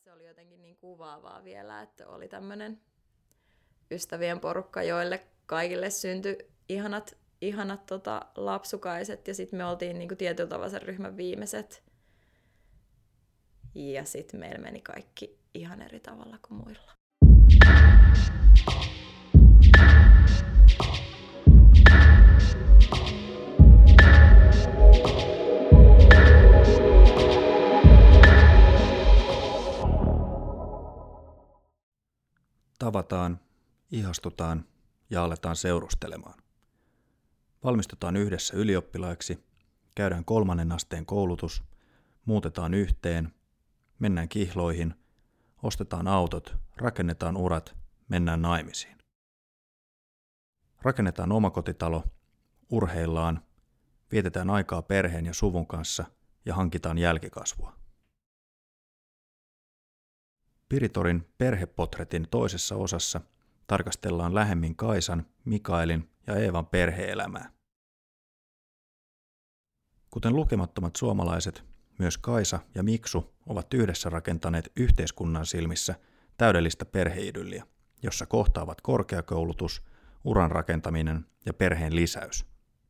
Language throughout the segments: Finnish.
Se oli jotenkin niin kuvaavaa vielä, että oli tämmöinen ystävien porukka, joille kaikille syntyi ihanat lapsukaiset, ja sitten me oltiin niinku tietyllä tavalla sen ryhmän viimeiset. Ja sitten meillä meni kaikki ihan eri tavalla kuin muilla. Tavataan, ihastutaan ja aletaan seurustelemaan. Valmistutaan yhdessä ylioppilaiksi, käydään 3. asteen koulutus, muutetaan yhteen, mennään kihloihin, ostetaan autot, rakennetaan urat, mennään naimisiin. Rakennetaan omakotitalo, urheillaan, vietetään aikaa perheen ja suvun kanssa ja hankitaan jälkikasvua. Piritorin perhepotretin toisessa osassa tarkastellaan lähemmin Kaisan, Mikaelin ja Eevan perhe-elämää. Kuten lukemattomat suomalaiset, myös Kaisa ja Miksu ovat yhdessä rakentaneet yhteiskunnan silmissä täydellistä perheidylliä, jossa kohtaavat korkeakoulutus, uran rakentaminen ja perheen lisäys.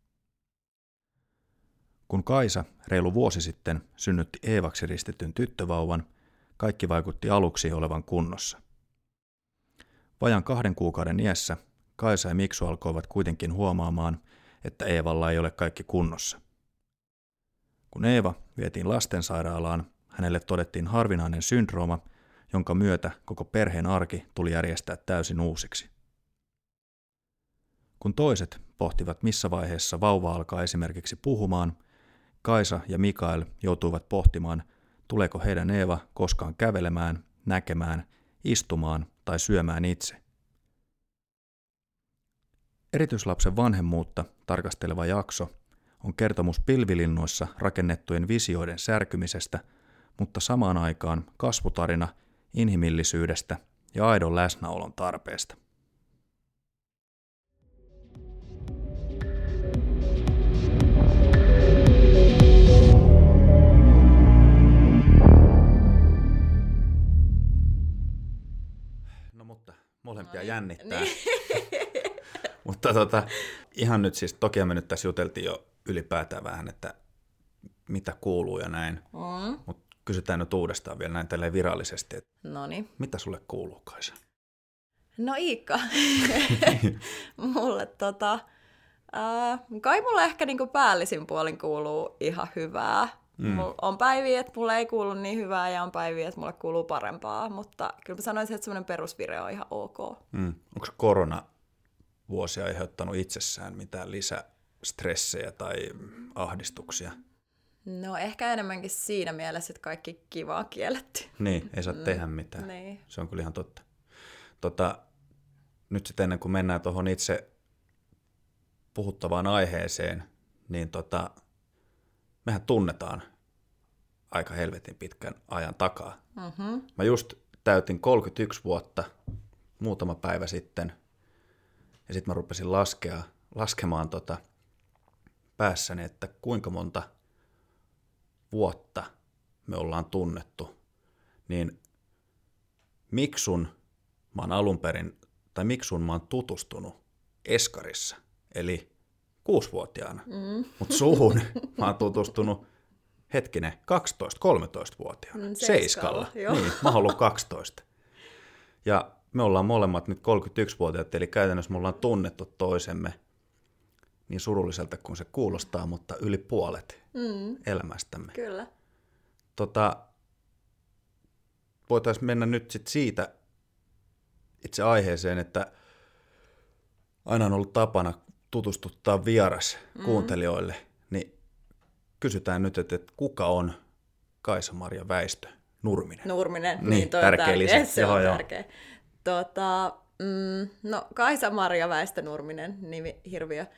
Kun Kaisa reilu vuosi sitten synnytti Eevaksi ristityn tyttövauvan, kaikki vaikutti aluksi olevan kunnossa. Vajaan 2 kuukauden iässä Kaisa ja Miksu alkoivat kuitenkin huomaamaan, että Eevalla ei ole kaikki kunnossa. Kun Eeva vietiin lastensairaalaan, hänelle todettiin harvinainen syndrooma, jonka myötä koko perheen arki tuli järjestää täysin uusiksi. Kun toiset pohtivat, missä vaiheessa vauva alkaa esimerkiksi puhumaan, Kaisa ja Mikael joutuivat pohtimaan, tuleeko heidän Eeva koskaan kävelemään, näkemään, istumaan tai syömään itse. Erityislapsen vanhemmuutta tarkasteleva jakso on kertomus pilvilinnoissa rakennettujen visioiden särkymisestä, mutta samaan aikaan kasvutarina inhimillisyydestä ja aidon läsnäolon tarpeesta. No mutta molempia jännittää. Niin. Mutta ihan nyt siis, toki me nyt tässä juteltiin jo ylipäätään vähän, että mitä kuuluu ja näin. Mutta kysytään nyt uudestaan vielä näin tälleen virallisesti. Noniin. Mitä sulle kuuluu, Kaisa? No Iikka, mulle kai mulle ehkä niinku päällisin puolin kuuluu ihan hyvää. Mulla on päiviä, että mulle ei kuulu niin hyvää ja on päiviä, että mulle kuuluu parempaa, mutta kyllä mä sanoisin, että semmoinen perusvire on ihan ok. Onko koronavuosi aiheuttanut itsessään mitään lisästressejä tai ahdistuksia? No ehkä enemmänkin siinä mielessä, että kaikki kivaa kielletty. Niin, ei saa tehdä mitään. Niin. Se on kyllä ihan totta. Nyt sitten ennen kuin mennään tuohon itse puhuttavaan aiheeseen, niin mehän tunnetaan aika helvetin pitkän ajan takaa. Mä just täytin 31 vuotta muutama päivä sitten, ja sitten mä rupesin laskemaan päässäni, että kuinka monta vuotta me ollaan tunnettu. Niin Miksun mä oon tutustunut eskarissa, eli 6-vuotiaana. Mutta suhun mä oon tutustunut 12-13-vuotiaana. Seiskalla. Niin, mä oon ollut 12. Ja me ollaan molemmat nyt 31-vuotiaat, eli käytännössä me ollaan tunnettu toisemme niin surulliselta kuin se kuulostaa, mutta yli puolet elämästämme. Kyllä. Voitaisiin mennä nyt sit siitä itse aiheeseen, että aina on ollut tapana tutustuttaa vieras kuuntelijoille, niin kysytään nyt, että kuka on Kaisa-Maria Väistö Nurminen? Nurminen, niin toi tärkeä on tärkeä. lisä. Se on tärkeä. No Kaisa-Maria Väistö Nurminen, nimi hirviö.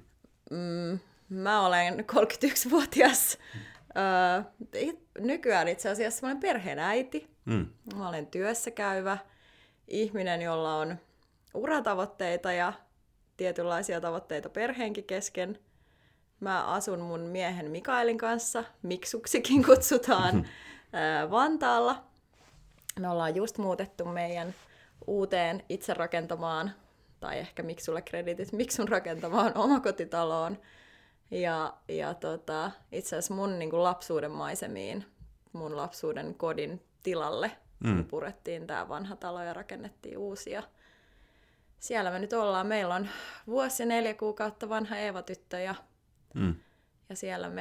Mä olen 31-vuotias. Nykyään itse asiassa semmoinen perheenäiti. Mä olen työssä käyvä ihminen, jolla on uratavoitteita ja tietynlaisia tavoitteita perheenkin kesken. Mä asun mun miehen Mikaelin kanssa, Miksuksikin kutsutaan, Vantaalla. Me ollaan just muutettu meidän uuteen itse rakentamaan, tai ehkä Miksulle kreditit, Miksun rakentamaan omakotitaloon. Ja itse asiassa mun niin kuin lapsuuden maisemiin, mun lapsuuden kodin tilalle purettiin tää vanha talo ja rakennettiin uusia. Siellä me nyt ollaan. Meillä on vuosi ja 4 kuukautta vanha Eeva-tyttö ja siellä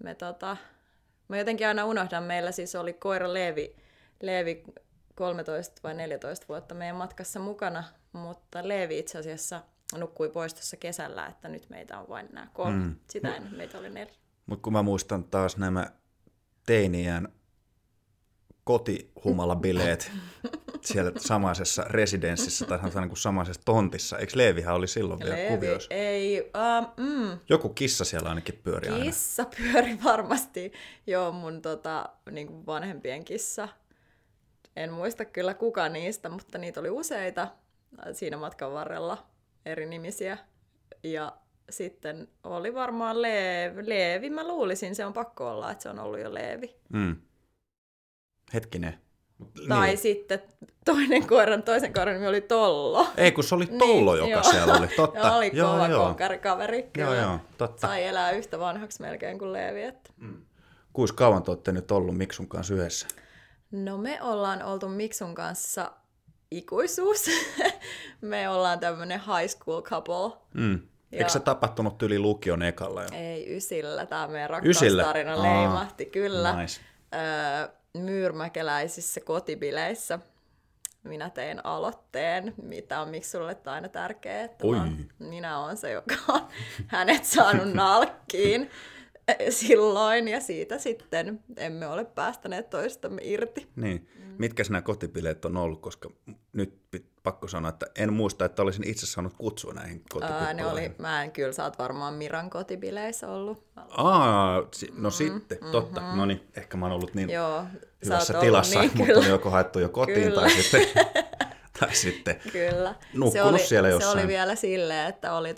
mä jotenkin aina unohdan, meillä siis oli koira Leevi 13 vai 14 vuotta meidän matkassa mukana, mutta Leevi itse asiassa nukkui pois tuossa kesällä, että nyt meitä on vain nämä 3. Sitä ennen meitä oli 4. Mutta kun mä muistan taas nämä teiniään kotihumalabileet siellä samaisessa residenssissä tai sanotaan niin kuin samaisessa tontissa. Eikö Leevihän oli silloin vielä kuvioissa? Ei. Joku kissa siellä ainakin pyöri aina. Kissa pyöri varmasti. Joo, mun niin kuin vanhempien kissa. En muista kyllä kuka niistä, mutta niitä oli useita siinä matkan varrella eri nimisiä. Ja sitten oli varmaan Leevi. Mä luulisin, se on pakko olla, että se on ollut jo Leevi. Hetkinen. Tai niin. Sitten toisen koiran nimi oli Tollo. Ei, kun se oli Tollo, joka joo. siellä oli. Totta. Ja oli kova konkarikaveri. Joo, totta. Sai elää yhtä vanhaksi melkein kuin Leevi. Kuinka kauan te olette nyt ollut Miksun kanssa yhdessä? No me ollaan oltu Miksun kanssa ikuisuus. Me ollaan tämmönen high school couple. Eikö se tapahtunut yli lukion ekalla jo? Ei, ysillä. Tämä meidän rakkaustarina leimahti, kyllä. Nice. Myyrmäkeläisissä kotibileissä minä tein aloitteen, mitä on Miksulle aina tärkeää, että minä olen se, joka on hänet saanut nalkkiin silloin, ja siitä sitten emme ole päästäneet toistamme irti. Niin. Mitkä nämä kotibileet on ollut, koska nyt pakko sanoa, että en muista, että olisin itse saanut kutsua näihin kotipippaloihin. Mä en kyllä, sä oot varmaan Miran kotibileissä ollut. Sitten, totta. No niin, ehkä mä oon ollut niin hyvässä ollut tilassa, niin, mutta on joko haettu jo kotiin tai sitten kyllä. nukkunut siellä jossain. Se oli vielä silleen, että oli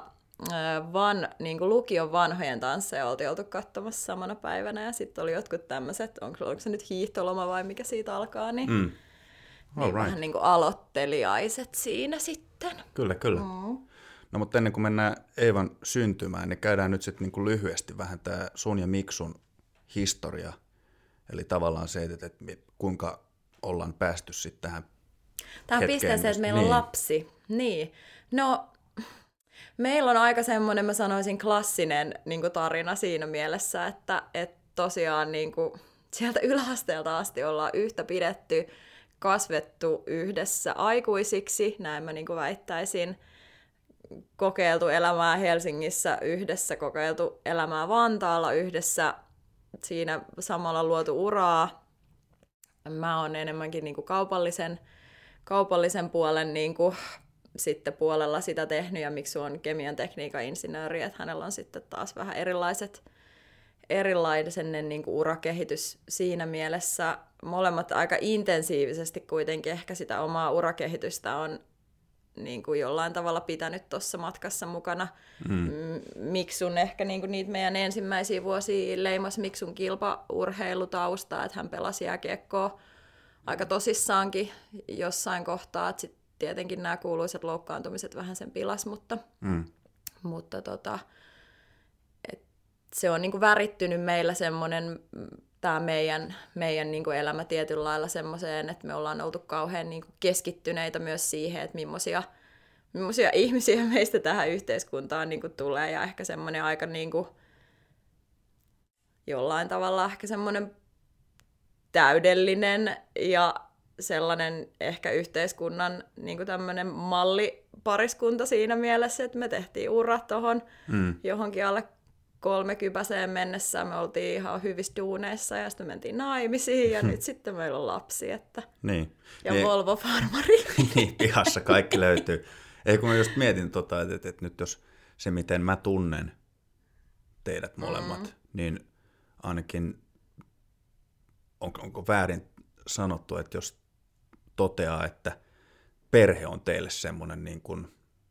niin kuin lukion vanhojen tansseja oltiin oltu katsomassa samana päivänä, ja sitten oli jotkut tämmöiset, onko se nyt hiihtoloma vai mikä siitä alkaa, niin vähän niin kuin aloitteliaiset siinä sitten. Kyllä. No mutta ennen kuin mennään Eevan syntymään, niin käydään nyt sitten niin kuin lyhyesti vähän tämä sun ja Miksun historia. Eli tavallaan se, että kuinka ollaan päästy sitten tähän pisteeseen, että meillä on lapsi. Niin. No, meillä on aika semmoinen, mä sanoisin, klassinen niin kuin tarina siinä mielessä, että tosiaan niin kuin sieltä yläasteelta asti ollaan yhtä pidetty, kasvettu yhdessä aikuisiksi, näin mä niin kuin väittäisin, kokeiltu elämää Helsingissä yhdessä, kokeiltu elämää Vantaalla yhdessä, siinä samalla luotu uraa. Mä oon enemmänkin niin kuin kaupallisen puolen niin kuin sitten puolella sitä tehnyt, ja Miksu on kemian tekniikan insinööri, että hänellä on sitten taas vähän erilainen niin kuin urakehitys siinä mielessä. Molemmat aika intensiivisesti kuitenkin ehkä sitä omaa urakehitystä on niin kuin jollain tavalla pitänyt tuossa matkassa mukana. Miksun ehkä niin kuin niitä meidän ensimmäisiä vuosia leimas Miksun kilpaurheilutausta, että hän pelasi jääkiekkoa aika tosissaankin jossain kohtaa, että sitten tietenkin nämä kuuluisat loukkaantumiset vähän sen pilas, mutta se on niin kuin värittynyt meillä semmoinen, tämä meidän niin kuin elämä tietyllä lailla semmoiseen, että me ollaan oltu kauhean niin kuin keskittyneitä myös siihen, että millaisia ihmisiä meistä tähän yhteiskuntaan niin kuin tulee, ja ehkä semmoinen aika niin kuin jollain tavalla ehkä semmoinen täydellinen ja sellainen ehkä yhteiskunnan niin kuin tämmöinen mallipariskunta siinä mielessä, että me tehtiin ura tuohon johonkin alle 30 mennessä, me oltiin ihan hyvissä duuneissa ja sitten mentiin naimisiin ja nyt sitten meillä on lapsi. Niin. Ja Volvo-farmari. Niin, pihassa kaikki löytyy. Ei kun mä just mietin, että nyt jos se miten mä tunnen teidät molemmat, niin ainakin onko väärin sanottu, että jos toteaa, että perhe on teille semmoinen niin kuin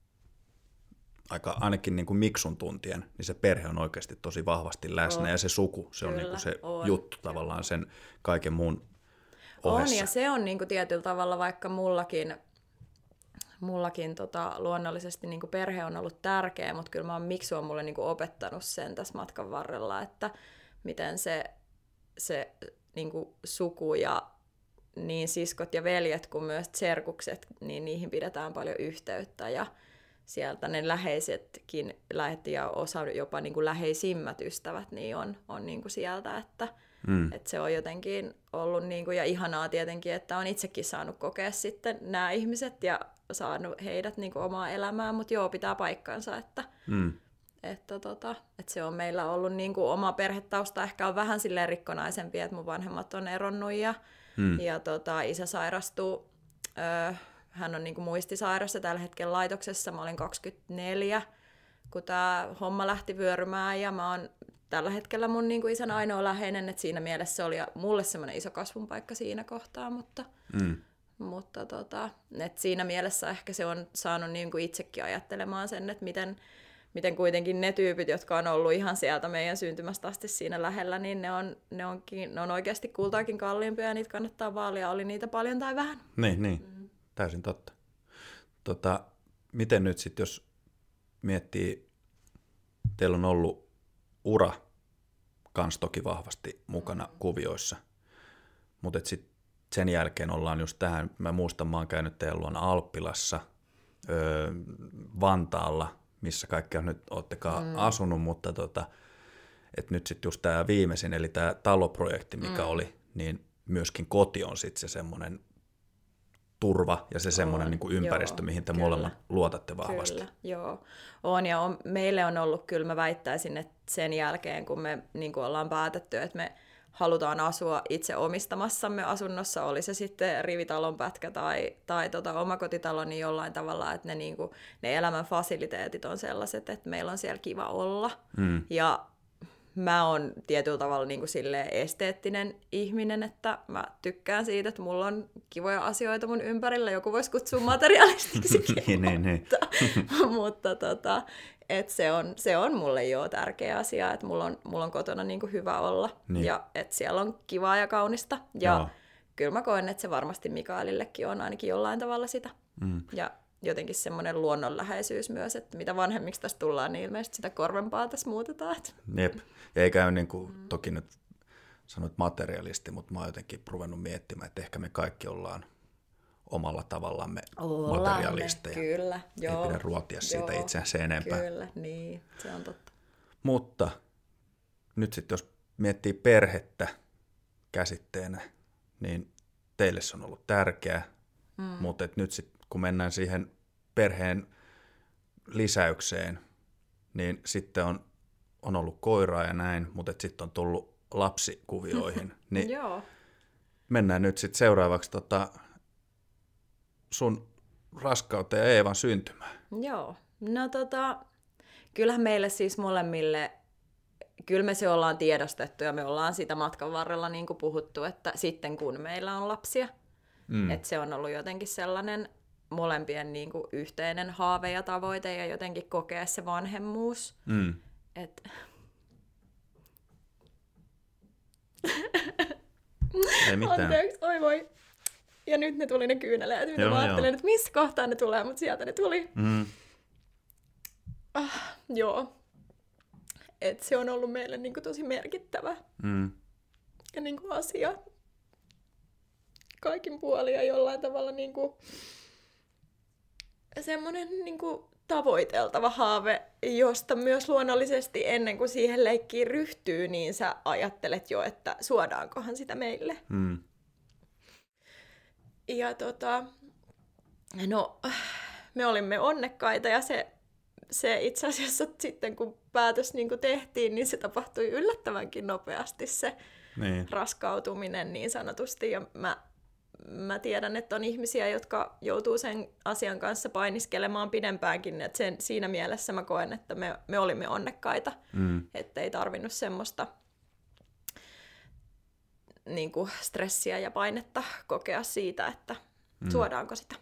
ainakin niin kuin Miksun tuntien, niin se perhe on oikeasti tosi vahvasti läsnä ja se suku, se on, niin kuin se juttu tavallaan sen kaiken muun ohessa. On, ja se on niinku tietyllä tavalla, vaikka mullakin luonnollisesti niinku perhe on ollut tärkeä, mutta kyllä Miksu on mulle niinku opettanut sen tässä matkan varrella, että miten se niinku suku ja niin siskot ja veljet kuin myös serkukset, niin niihin pidetään paljon yhteyttä ja sieltä ne läheisetkin ja osa jopa niin kuin läheisimmät ystävät niin on niin kuin sieltä, että se on jotenkin ollut niin kuin, ja ihanaa tietenkin, että on itsekin saanut kokea sitten nämä ihmiset ja saanut heidät niin kuin omaa elämää, mutta joo, pitää paikkansa, että se on meillä ollut niin kuin oma perhetausta ehkä on vähän silleen rikkonaisempi, että mun vanhemmat on eronnut ja isä sairastuu, hän on niin kuin muistisairas ja tällä hetkellä laitoksessa, mä olin 24, kun tämä homma lähti vyörymään ja mä oon tällä hetkellä mun niin kuin isän ainoa läheinen, että siinä mielessä se oli mulle semmoinen iso kasvun paikka siinä kohtaa, mutta että siinä mielessä ehkä se on saanut niin kuin itsekin ajattelemaan sen, että miten kuitenkin ne tyypit, jotka on ollut ihan sieltä meidän syntymästä asti siinä lähellä, niin ne on oikeasti kultaakin kalliimpia ja niitä kannattaa vaalia, oli niitä paljon tai vähän. Niin. Täysin totta. Miten nyt sitten, jos miettii, teillä on ollut ura kans toki vahvasti mukana kuvioissa, mutta sitten sen jälkeen ollaan just tähän, mä muistan, mä oon käynyt teillä luona Alppilassa, Vantaalla, missä kaikkea nyt oottekaan asunut, mutta et nyt sitten just tämä viimeisin, eli tämä taloprojekti, mikä oli, niin myöskin koti on sitten se semmoinen turva ja se semmoinen niin kuin ympäristö, mihin te molemmat luotatte vahvasti. Kyllä, joo. Meille on ollut, kyllä mä väittäisin, että sen jälkeen, kun me niin kuin ollaan päätetty, että me halutaan asua itse omistamassamme asunnossa, oli se sitten rivitalon pätkä tai omakotitalo, niin jollain tavalla, että ne elämän fasiliteetit on sellaiset, että meillä on siellä kiva olla. Ja mä oon tietyllä tavalla niin kuin silleen esteettinen ihminen, että mä tykkään siitä, että mulla on kivoja asioita mun ympärillä. Joku voisi kutsua materialistiksikin, mutta että se on mulle jo tärkeä asia, että mulla on kotona niin kuin hyvä olla ja että siellä on kivaa ja kaunista. Ja kyllä mä koen, että se varmasti Mikaelillekin on ainakin jollain tavalla sitä. Ja jotenkin semmoinen luonnonläheisyys myös, että mitä vanhemmiksi tässä tullaan, niin ilmeisesti sitä korvempaa tässä muutetaan. Jep. Ja ei käy niin kuin, toki nyt sanoit materialisti, mutta mä oon jotenkin ruvennut miettimään, että ehkä me kaikki ollaan omalla tavallamme materialisteja. Kyllä, joo. Ei pidä ruotia siitä itseään sen enempää. Kyllä, niin, se on totta. Mutta nyt sitten jos miettii perhettä käsitteenä, niin teille se on ollut tärkeää, mutta nyt sitten kun mennään siihen perheen lisäykseen, niin sitten on ollut koiraa ja näin, mutta sitten on tullut lapsikuvioihin. Niin Joo. Mennään nyt sitten seuraavaksi sun raskauteen ja Eevan syntymään. Joo. No kyllähän meille siis molemmille, kyllä me se ollaan tiedostettu ja me ollaan sitä matkan varrella niin kuin puhuttu, että sitten kun meillä on lapsia, että se on ollut jotenkin sellainen molempien niin kuin yhteinen haave ja tavoite ja jotenkin kokea se vanhemmuus. Ei mitään. Anteeksi, oi voi. Ja nyt ne tuli ne kyyneleet, mitä mä ajattelin, että missä kohtaa ne tulee, mutta sieltä ne tuli. Joo. Et se on ollut meille niin kuin tosi merkittävä ja niin kuin asia kaikin puolin ja jollain tavalla niin kuin semmoinen niin kuin tavoiteltava haave, josta myös luonnollisesti ennen kuin siihen leikkiin ryhtyy, niin sä ajattelet jo, että suodaankohan sitä meille. Ja no, me olimme onnekkaita ja se itse asiassa sitten kun päätös niin kuin tehtiin, niin se tapahtui yllättävänkin nopeasti se raskautuminen niin sanotusti. Ja mä tiedän, että on ihmisiä, jotka joutuu sen asian kanssa painiskelemaan pidempäänkin. Et siinä mielessä mä koen, että me olimme onnekkaita, ettei tarvinnut semmoista niin kuin stressiä ja painetta kokea siitä, että suodaanko sitä.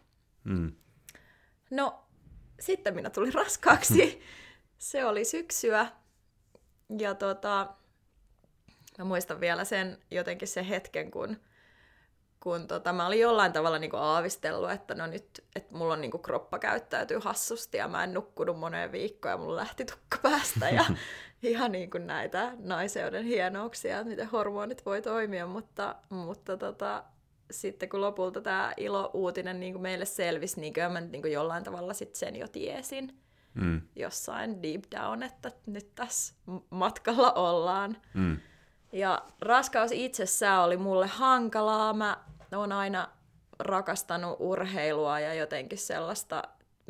No, sitten minä tulin raskaaksi. Se oli syksyä. Ja mä muistan vielä jotenkin sen hetken, kun mä olin jollain tavalla niinku aavistellut, että no nyt, että mulla on niinku kroppa käyttäytyy hassusti ja mä en nukkunut moneen viikkoon ja mulla lähti tukka päästä ja ihan niinku näitä naiseuden hienouksia, että miten hormonit voi toimia, mutta sitten kun lopulta tämä ilo-uutinen niinku meille selvisi, niin kyllä mä niinku jollain tavalla sit sen jo tiesin jossain deep down, että nyt tässä matkalla ollaan. Ja raskaus itsessään oli mulle hankalaa. Mä oon aina rakastanut urheilua ja jotenkin sellaista,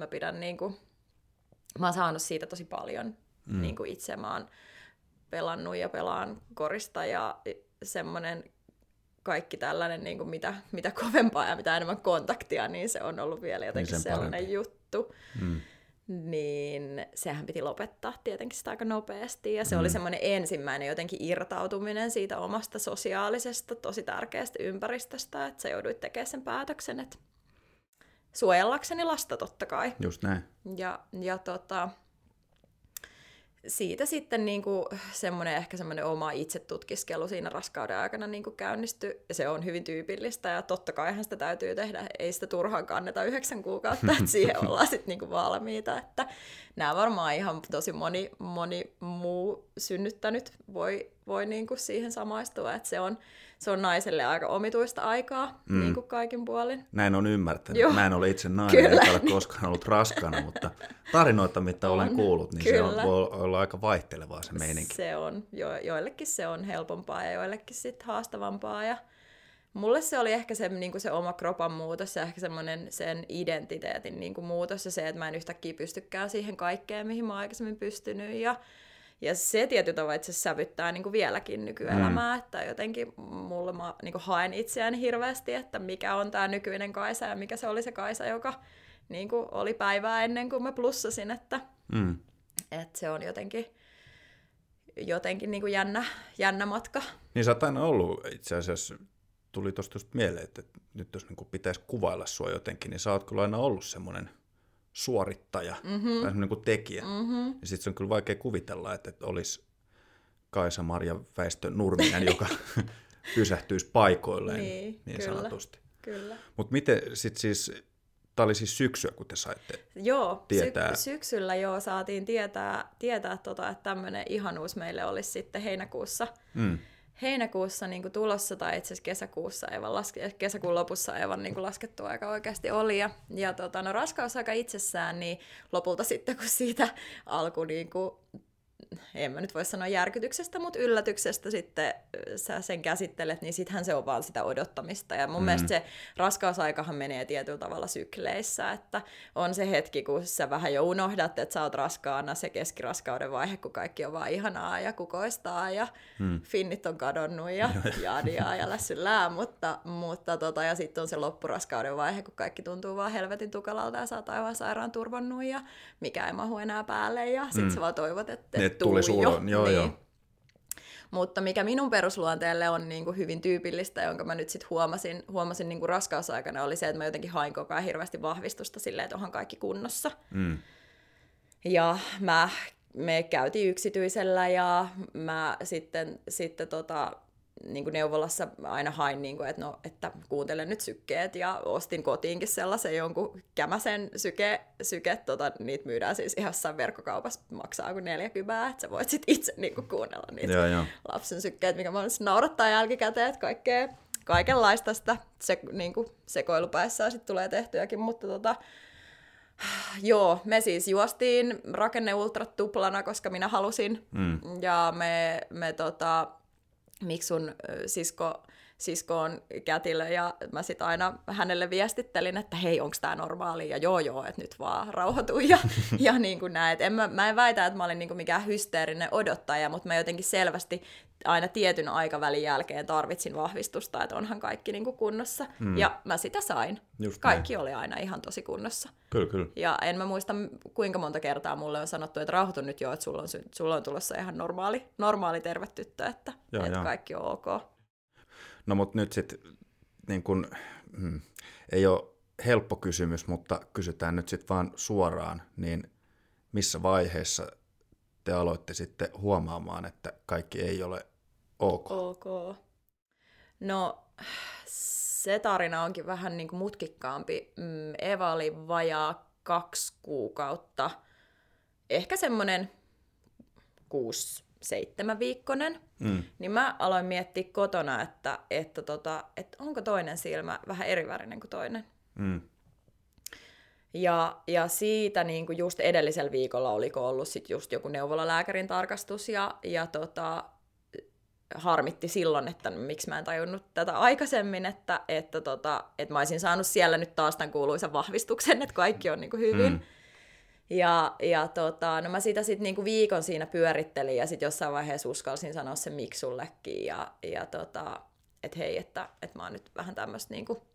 mä oon saanut siitä tosi paljon niinku itse. Mä oon pelannut ja pelaan korista ja semmoinen kaikki tällainen, niinku mitä kovempaa ja mitä enemmän kontaktia, niin se on ollut vielä jotenkin niin sellainen parempi juttu. Niin sehän piti lopettaa tietenkin sitä aika nopeasti. Ja se oli semmoinen ensimmäinen jotenkin irtautuminen siitä omasta sosiaalisesta, tosi tärkeästä ympäristöstä, että sä jouduit tekemään sen päätöksen, että suojellakseni lasta totta kai. Just näin. Ja siitä sitten niinku semmoinen oma itsetutkiskelu siinä raskauden aikana niinku käynnistyi. Ja se on hyvin tyypillistä ja totta kaihan sitä täytyy tehdä. Ei sitä turhaan kanneta 9 kuukautta, että siihen ollaan sitten niinku valmiita. Että nämä varmaan ihan tosi moni muu synnyttänyt voi niinku siihen samaistua. Että se on naiselle aika omituista aikaa niinku kaikin puolin. Näin on ymmärtänyt. Joo. Mä en ole itse nainen, eikä ole koskaan ollut raskaana, mutta tarinoita, mitä olen kuullut, niin se voi olla aika vaihtelevaa se meininki. Se on. Joillekin se on helpompaa ja joillekin sitten haastavampaa. Ja mulle se oli ehkä se, niinku se oma kropan muutos ja ehkä semmoinen sen identiteetin niinku muutos ja se, että mä en yhtäkkiä pystykään siihen kaikkeen, mihin mä oon aikaisemmin pystynyt. Ja se tietyllä tavalla itse asiassa sävyttää niin kuin vieläkin nykyelämää, että jotenkin mä niin kuin haen itseäni hirveästi, että mikä on tämä nykyinen Kaisa ja mikä se oli se Kaisa, joka niin kuin oli päivää ennen kuin mä plussasin, että se on jotenkin niin kuin jännä matka. Niin sä oot aina ollut itse asiassa, tuli tuosta just mieleen, että nyt jos niin kuin pitäisi kuvailla sua jotenkin, niin sä oot kyllä aina ollut semmoinen suorittaja tai semmoinen kuin tekijä. Ja sitten se on kyllä vaikea kuvitella, että olisi Kaisa-Maria Väistö Nurminen, joka pysähtyisi paikoilleen niin kyllä, sanotusti. Mutta miten sitten siis, tämä oli siis syksyä, kun te saitte tietää? Syksyllä saatiin tietää että tämmöinen ihanuus meille olisi sitten heinäkuussa niin kuin tulossa, tai itse asiassa kesäkuun lopussa aivan niin kuin laskettu aika oikeasti oli. Ja raskausaika itsessään, niin lopulta sitten kun siitä alkoi, niin kuin, en mä nyt voi sanoa järkytyksestä, mutta yllätyksestä sitten sä sen käsittelet, niin sittenhän se on vaan sitä odottamista. Ja mun mielestä se raskausaikahan menee tietyllä tavalla sykleissä, että on se hetki, kun sä vähän jo unohdat, että sä oot raskaana, se keskiraskauden vaihe, kun kaikki on vaan ihanaa ja kukoistaa ja finnit on kadonnut ja jaadia ja lässyllää, mutta ja sitten on se loppuraskauden vaihe, kun kaikki tuntuu vaan helvetin tukalalta ja sä oot aivan sairaan turvonnut ja mikä ei mahu enää päälle ja sit sä vaan toivot, että tulisi ulos. Joo. Mutta mikä minun perusluonteelle on niin kuin hyvin tyypillistä, jonka mä nyt sitten huomasin niin kuin raskausaikana, oli se, että mä jotenkin hain koko ajan hirveästi vahvistusta silleen, että onhan kaikki kunnossa. Ja me käytiin yksityisellä ja mä sitten niin kuin neuvolassa aina hain, niin kuin, että kuuntelen nyt sykkeet ja ostin kotiinkin sellaisen jonkun kämäsen syke niitä myydään siis ihan jossain verkkokaupassa, maksaa kuin 40, että sä voit sit itse niin kuin kuunnella niitä lapsen sykkeet, mikä mä naurattaa jälkikäteen, että kaikenlaista sitä niin kuin sekoilupäissään sit tulee tehtyäkin, mutta me siis juostiin rakenneultrat tuplana, koska minä halusin, ja me Miksun sisko on kätilö ja mä sit aina hänelle viestittelin, että hei, onks tää normaali? Ja joo, että nyt vaan rauhoitu ja niin kuin näin. Mä en väitä, että mä olin niin kuin mikään hysteerinen odottaja, mutta mä jotenkin selvästi aina tietyn aikavälin jälkeen tarvitsin vahvistusta, että onhan kaikki niin kuin kunnossa. Ja mä sitä sain. Just kaikki näin. Oli aina ihan tosi kunnossa. Kyllä. Ja en mä muista, kuinka monta kertaa mulle on sanottu, että rauhoitu nyt jo, että sulla on tulossa ihan normaali terve tyttö, että kaikki on ok. No mut nyt sitten, niin kun, ei ole helppo kysymys, mutta kysytään nyt sitten vaan suoraan, niin missä vaiheessa te aloitte sitten huomaamaan, että kaikki ei ole ok? No se tarina onkin vähän niin kuin mutkikkaampi. Eeva oli vajaa 2 kuukautta, ehkä semmoinen 6-7 viikkonen. Niin mä aloin miettiä kotona, että onko toinen silmä vähän erivärinen kuin toinen. Ja siitä niin kuin just edellisellä viikolla oliko ollut sit just joku neuvolalääkärin tarkastus ja harmitti silloin, että miksi mä en tajunnut tätä aikaisemmin, että mä olisin saanut siellä nyt taas tämän kuuluisan vahvistuksen, että kaikki on niin kuin hyvin. No mä sitä sitten niinku viikon siinä pyörittelin ja sitten jossain vaiheessa uskalsin sanoa sen Miksullekin että hei, että mä oon nyt vähän tämmöistä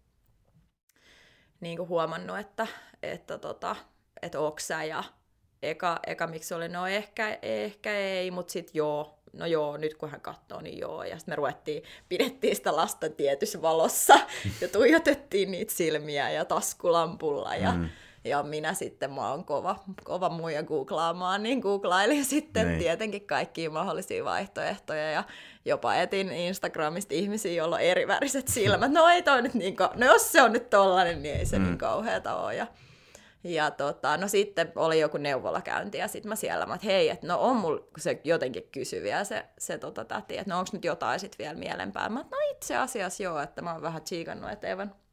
niinku huomannut, että ootko sä, ja eka Miksu oli, no ehkä ei, mut sit joo, no joo, nyt kun hän katsoo, niin joo. Ja sitten me pidettiin sitä lasta tietyssä valossa ja tuijotettiin niitä silmiä ja taskulampulla ja minä sitten, mä oon kova muija googlaamaan, niin googlailin sitten tietenkin kaikkia mahdollisia vaihtoehtoja ja jopa etin Instagramista ihmisiä, joilla on eriväriset silmät. No ei toi nyt no jos se on nyt tollanen, niin ei se niin kauheata ole. No sitten oli joku neuvolakäynti ja sitten mä siellä, että hei, että no on mulla se jotenkin kysyviä se täti, että no onko nyt jotain sitten vielä mielenpää. Mä no itse asiassa joo, että mä oon vähän tsiikannut, että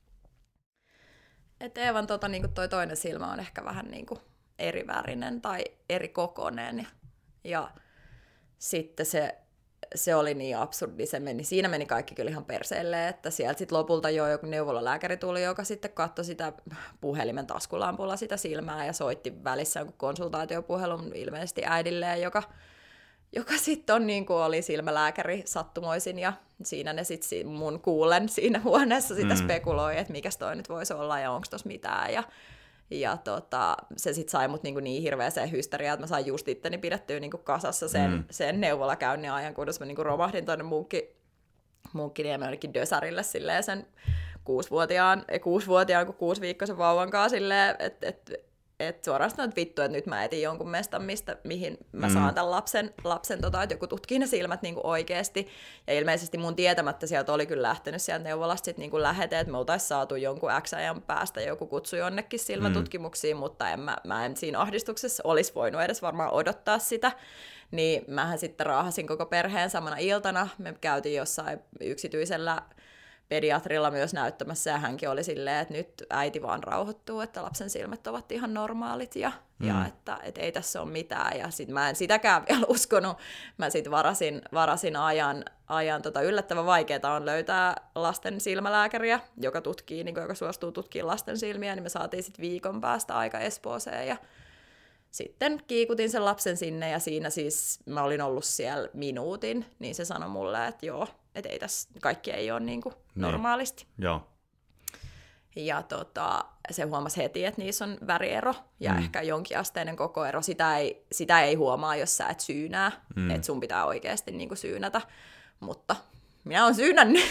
Eevan niin toi toinen silmä on ehkä vähän niin kuin erivärinen tai eri kokoinen. Ja sitten se oli niin absurdi, siinä meni kaikki kyllä ihan perseelle, että sieltä sitten lopulta jo joku neuvolalääkäri tuli, joka sitten katsoi sitä puhelimen taskulampulla sitä silmää ja soitti välissä jonkun konsultaatiopuhelun ilmeisesti äidilleen, joka sitten on niin kuin oli silmälääkäri sattumoisin, ja siinä ne sitten mun kuulen siinä huoneessa sitä spekuloi, että mikäs toi nyt voisi olla ja onko tossa mitään, ja se sitten sai mut niin hirveäseen hysteriaan, että mä sain just itteni pidettyä niin kasassa sen neuvolakäynnin ajan, kunnes mä niin romahdin tuonne Munkkiniemen jonnekin Dösarille silleen sen 6-vuotiaan kuin 6-viikkoisen vauvan kanssa silleen, että suorastaan, että vittu, että nyt mä etin jonkun mestan, mihin mä saan tämän lapsen että joku tutkii ne silmät niin kuin oikeasti. Ja ilmeisesti mun tietämättä sieltä oli kyllä lähtenyt sieltä neuvolasta sit niin kuin lähete, että me oltaisiin saatu jonkun X-ajan päästä joku kutsu jonnekin silmätutkimuksiin, mutta mä en siinä ahdistuksessa olisi voinut edes varmaan odottaa sitä. Niin mähän sitten raahasin koko perheen samana iltana. Me käytiin jossain yksityisellä pediatrilla myös näyttämässä, ja hänkin oli silleen, että nyt äiti vaan rauhoittuu, että lapsen silmät ovat ihan normaalit, ja että ei tässä ole mitään. Ja sitten mä en sitäkään vielä uskonut. Mä sitten varasin ajan yllättävän vaikeaa on löytää lasten silmälääkäriä, joka suostuu tutkimaan lasten silmiä, niin me saatiin sitten viikon päästä aika Espooseen, ja sitten kiikutin sen lapsen sinne, ja siinä siis mä olin ollut siellä minuutin, niin se sanoi mulle, että joo, että ei tässä, kaikki ei ole niin kuin normaalisti. Joo. Ja se huomasi heti, että niissä on väriero ja ehkä jonkinasteinen kokoero. Sitä ei huomaa, jos sä et syynää, että sun pitää oikeasti niin kuin syynätä, mutta minä olen syynännyt.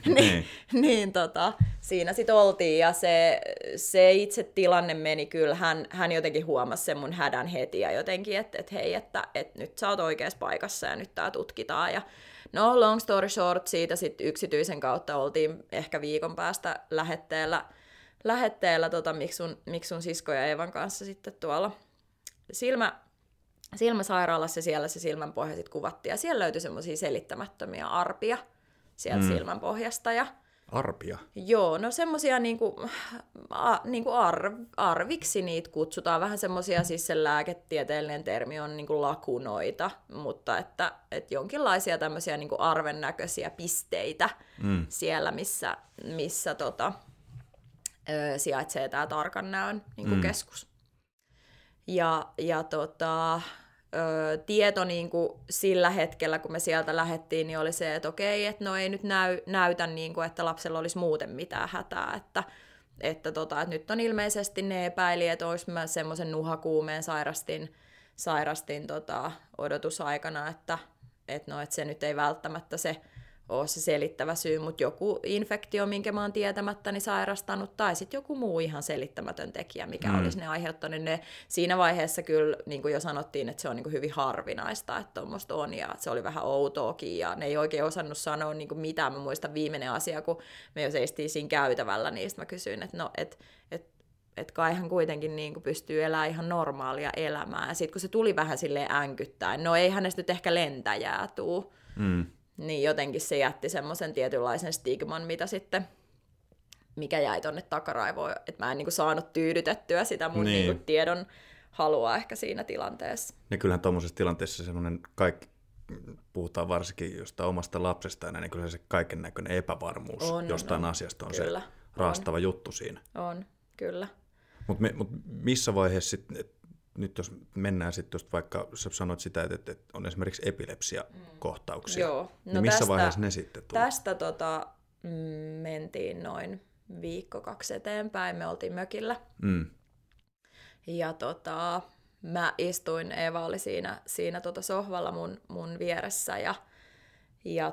Siinä sitten oltiin, ja se itse tilanne meni kyllä, hän jotenkin huomasi sen mun hädän heti ja jotenkin, että hei, että nyt sä oot oikeassa paikassa ja nyt tää tutkitaan. Ja no long story short, siitä sitten yksityisen kautta oltiin ehkä viikon päästä lähetteellä Miksun sisko ja Eevan kanssa sitten tuolla silmäsairaalassa, siellä se silmänpohja sitten kuvattiin, ja siellä löytyi semmoisia selittämättömiä arpia sieltä silmänpohjasta. Ja arpia? Joo, no semmoisia arviksi niitä kutsutaan, vähän semmoisia, siis se lääketieteellinen termi on lakunoita, mutta että jonkinlaisia tämmöisiä arven näköisiä pisteitä siellä, missä sijaitsee tämä tarkan näön keskus. Tieto sillä hetkellä, kun me sieltä lähdettiin, niin oli se, että okei, että no ei nyt näytä, että lapsella olisi muuten mitään hätää, että nyt on ilmeisesti ne epäili, että olisi mä semmoisen nuhakuumeen sairastin odotusaikana, että se nyt ei välttämättä se ole se selittävä syy, mutta joku infektio, minkä mä oon tietämättäni sairastanut, tai sitten joku muu ihan selittämätön tekijä, mikä olisi ne aiheuttanut. Ne siinä vaiheessa kyllä, niin kuin jo sanottiin, että se on niin kuin hyvin harvinaista, että tuommoista on, ja se oli vähän outoakin, ja ne ei oikein osannut sanoa niin kuin mitään. Mä muistan viimeinen asia, kun me jo seistiin siinä käytävällä, niin mä kysyin, että no, että kaihan kuitenkin niin kuin pystyy elämään ihan normaalia elämää. Ja sitten kun se tuli vähän silleen änkyttäen, no ei hänestä nyt ehkä lentäjää tuu, niin jotenkin se jätti semmoisen tietynlaisen stigman, mikä jäi tonne takaraivoon, että mä en niin kuin saanut tyydytettyä sitä mun niin kuin tiedon halua ehkä siinä tilanteessa. Ja kyllähän tuommoisessa tilanteessa semmoinen puhutaan varsinkin jostain omasta lapsesta, niin kyllä se kaiken näköinen epävarmuus jostain asiasta on kyllä, se raastava juttu siinä. On, kyllä. Mutta missä vaiheessa sitten, nyt jos mennään sitten vaikka, sä sanoit sitä, että on esimerkiksi epilepsiakohtauksia, Joo. No niin missä vaiheessa ne sitten tuli? Tästä mentiin noin 1-2 eteenpäin, me oltiin mökillä. Ja mä istuin, Eeva oli siinä sohvalla mun vieressä ja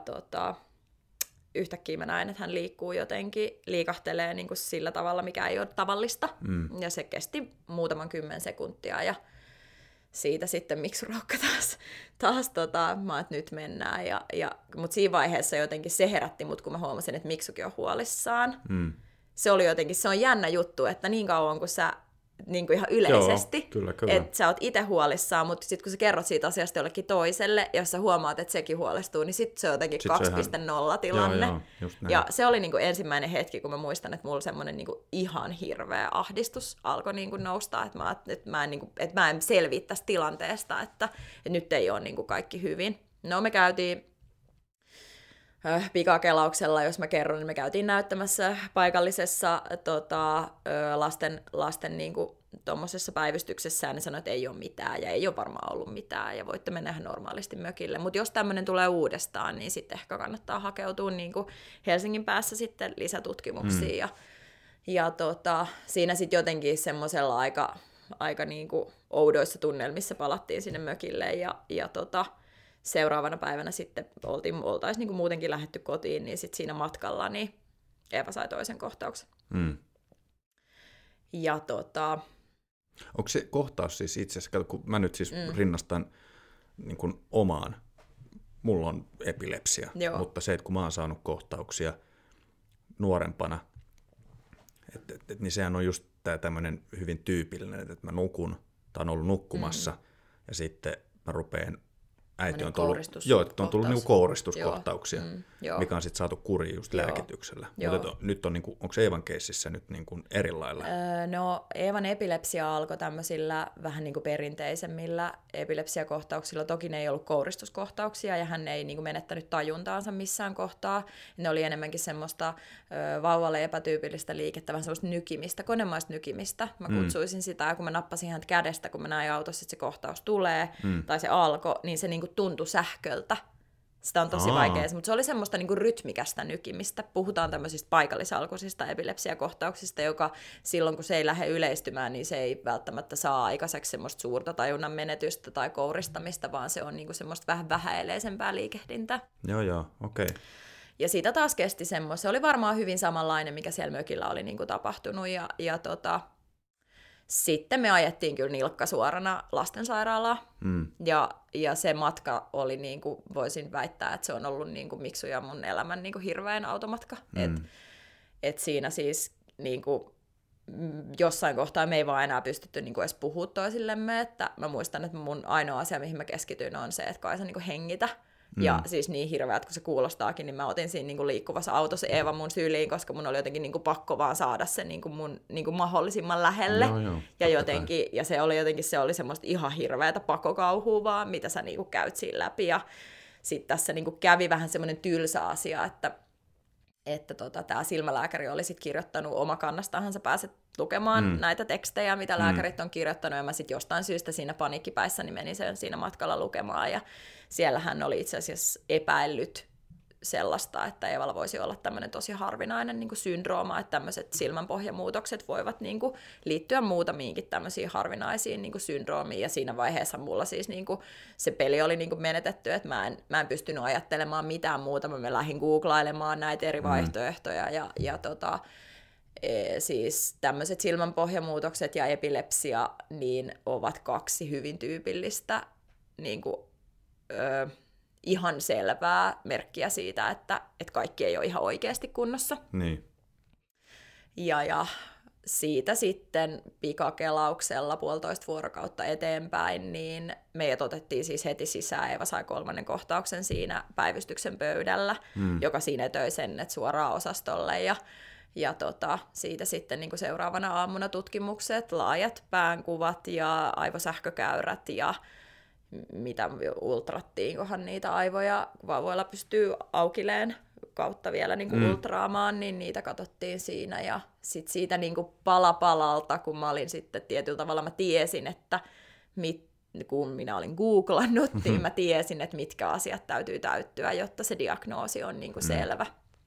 yhtäkkiä mä näin, että hän liikkuu jotenkin, liikahtelee niin kuin sillä tavalla, mikä ei ole tavallista. Ja se kesti muutaman 10 sekuntia ja siitä sitten miksuroukka taas mä että nyt mennään. Mutta siinä vaiheessa jotenkin se herätti mut, kun mä huomasin, että Miksukin on huolissaan. Se oli jotenkin, se on jännä juttu, että niin kauan kun sä niin kuin ihan yleisesti, että sä oot itse huolissaan, mutta sitten kun sä kerrot siitä asiasta jollekin toiselle, jos sä huomaat, että sekin huolestuu, niin sitten se on jotenkin 2.0 tilanne. Ja se oli niin kuin ensimmäinen hetki, kun mä muistan, että mulla semmoinen niin kuin ihan hirveä ahdistus alkoi niin kuin nousta, että mä en selviä tästä tilanteesta, että nyt ei ole niin kuin kaikki hyvin. No me käytiin pikakelauksella, jos mä kerron, niin me käytiin näyttämässä paikallisessa lasten niin kuin tuommoisessa päivystyksessä, ja ne sanoi, että ei ole mitään, ja ei ole varmaan ollut mitään, ja voitte mennä ihan normaalisti mökille. Mutta jos tämmöinen tulee uudestaan, niin sitten ehkä kannattaa hakeutua niin kuin Helsingin päässä sitten lisätutkimuksiin. Ja siinä sitten jotenkin semmoisella aika niin kuin oudoissa tunnelmissa palattiin sinne mökille, ja seuraavana päivänä sitten oltaisiin niin kuin muutenkin lähdetty kotiin, niin sitten siinä matkalla niin Eeva sai toisen kohtauksen. Ja onko se kohtaus siis itse asiassa, kun mä nyt siis rinnastan niin kuin omaan, mulla on epilepsia, mutta se, että kun mä oon saanut kohtauksia nuorempana, niin sehän on just tämä tämmöinen hyvin tyypillinen, että mä nukun, tai on ollut nukkumassa, ja sitten mä rupean äiti on tullut niinku kouristuskohtauksia, mikä on sitten saatu kuriin just lääkityksellä. Mutta nyt on niinku, onko Eevan keississä nyt niinku eri lailla? No Eevan epilepsia alkoi tämmöisillä vähän niinku perinteisemmillä epilepsiakohtauksilla. Toki ne ei ollut kouristuskohtauksia ja hän ei niinku menettänyt tajuntaansa missään kohtaa. Ne oli enemmänkin semmoista vauvalle epätyypillistä liikettä, vähän semmoista nykimistä, konemaista nykimistä. Mä kutsuisin sitä, ja kun mä nappasin häntä kädestä, kun mä näin autossa, että se kohtaus tulee, tai se alkoi, niin se niinku tuntui sähköltä. Sitä on tosi vaikea, mutta se oli semmoista niinku rytmikästä nykimistä. Puhutaan tämmöisistä paikallisalkuisista epilepsiakohtauksista, joka silloin, kun se ei lähde yleistymään, niin se ei välttämättä saa aikaiseksi semmoista suurta tajunnan menetystä tai kouristamista, vaan se on niinku semmoista vähän vähäeleisempää liikehdintää. Joo, okei. Ja siitä taas kesti semmoista. Se oli varmaan hyvin samanlainen, mikä siellä mökillä oli niinku tapahtunut. Sitten me ajettiin kyllä nilkka suorana lastensairaalaan, ja se matka oli, niin kuin voisin väittää, että se on ollut niin kuin Miksu ja mun elämän niin kuin hirveän automatka. Et siinä siis niin kuin, jossain kohtaa me ei vaan enää pystytty niin kuin edes puhua toisillemme, että mä muistan, että mun ainoa asia, mihin mä keskityin, on se, että kai sä niin kuin hengitä. Ja siis niin hirveät, kun se kuulostaakin, niin mä otin siinä niin kuin liikkuvassa autossa Eeva mun syliin, koska mun oli jotenkin niin kuin pakko vaan saada se niin kuin mun niin kuin mahdollisimman lähelle. Ja jotenkin, ja se oli semmoista ihan hirveätä pakokauhua vaan, mitä sä niin kuin käyt siinä läpi. Ja sitten tässä niin kuin kävi vähän semmoinen tylsä asia, että tämä silmälääkäri oli sitten kirjoittanut omakannastahan, sä pääset lukemaan näitä tekstejä, mitä lääkärit on kirjoittanut, ja mä sitten jostain syystä siinä paniikkipäissä niin menin sen siinä matkalla lukemaan, ja siellä hän oli itse asiassa epäillyt sellaista, että Eevalla voisi olla tämmöinen tosi harvinainen niin kuin syndrooma, että tämmöiset silmänpohjamuutokset voivat niin kuin liittyä muutamiinkin tämmöisiin harvinaisiin niin kuin syndroomiin, ja siinä vaiheessa mulla siis niin kuin se peli oli niin kuin menetetty, että mä en pystynyt ajattelemaan mitään muuta, mä lähdin googlailemaan näitä eri vaihtoehtoja, siis tämmöiset silmänpohjamuutokset ja epilepsia niin ovat kaksi hyvin tyypillistä niin kuin, ihan selvää merkkiä siitä, että kaikki ei ole ihan oikeasti kunnossa. Niin. Ja siitä sitten pikakelauksella 1,5 vuorokautta eteenpäin, niin meidät otettiin siis heti sisään. Eeva sai 3. kohtauksen siinä päivystyksen pöydällä, joka siinä töi sen, että suoraan osastolle. Ja siitä sitten niin kuin seuraavana aamuna tutkimukset, laajat päänkuvat ja aivosähkökäyrät ja mitä ultrattiinkohan niitä aivoja, kun vauvoilla pystyy aukileen kautta vielä niin kuin ultraamaan, niin niitä katsottiin siinä. Ja sitten siitä niin kuin pala palalta, kun mä olin sitten tietyllä tavalla, mä tiesin, että kun minä olin googlannut, niin mä tiesin, että mitkä asiat täytyy täyttyä, jotta se diagnoosi on niin kuin selvä.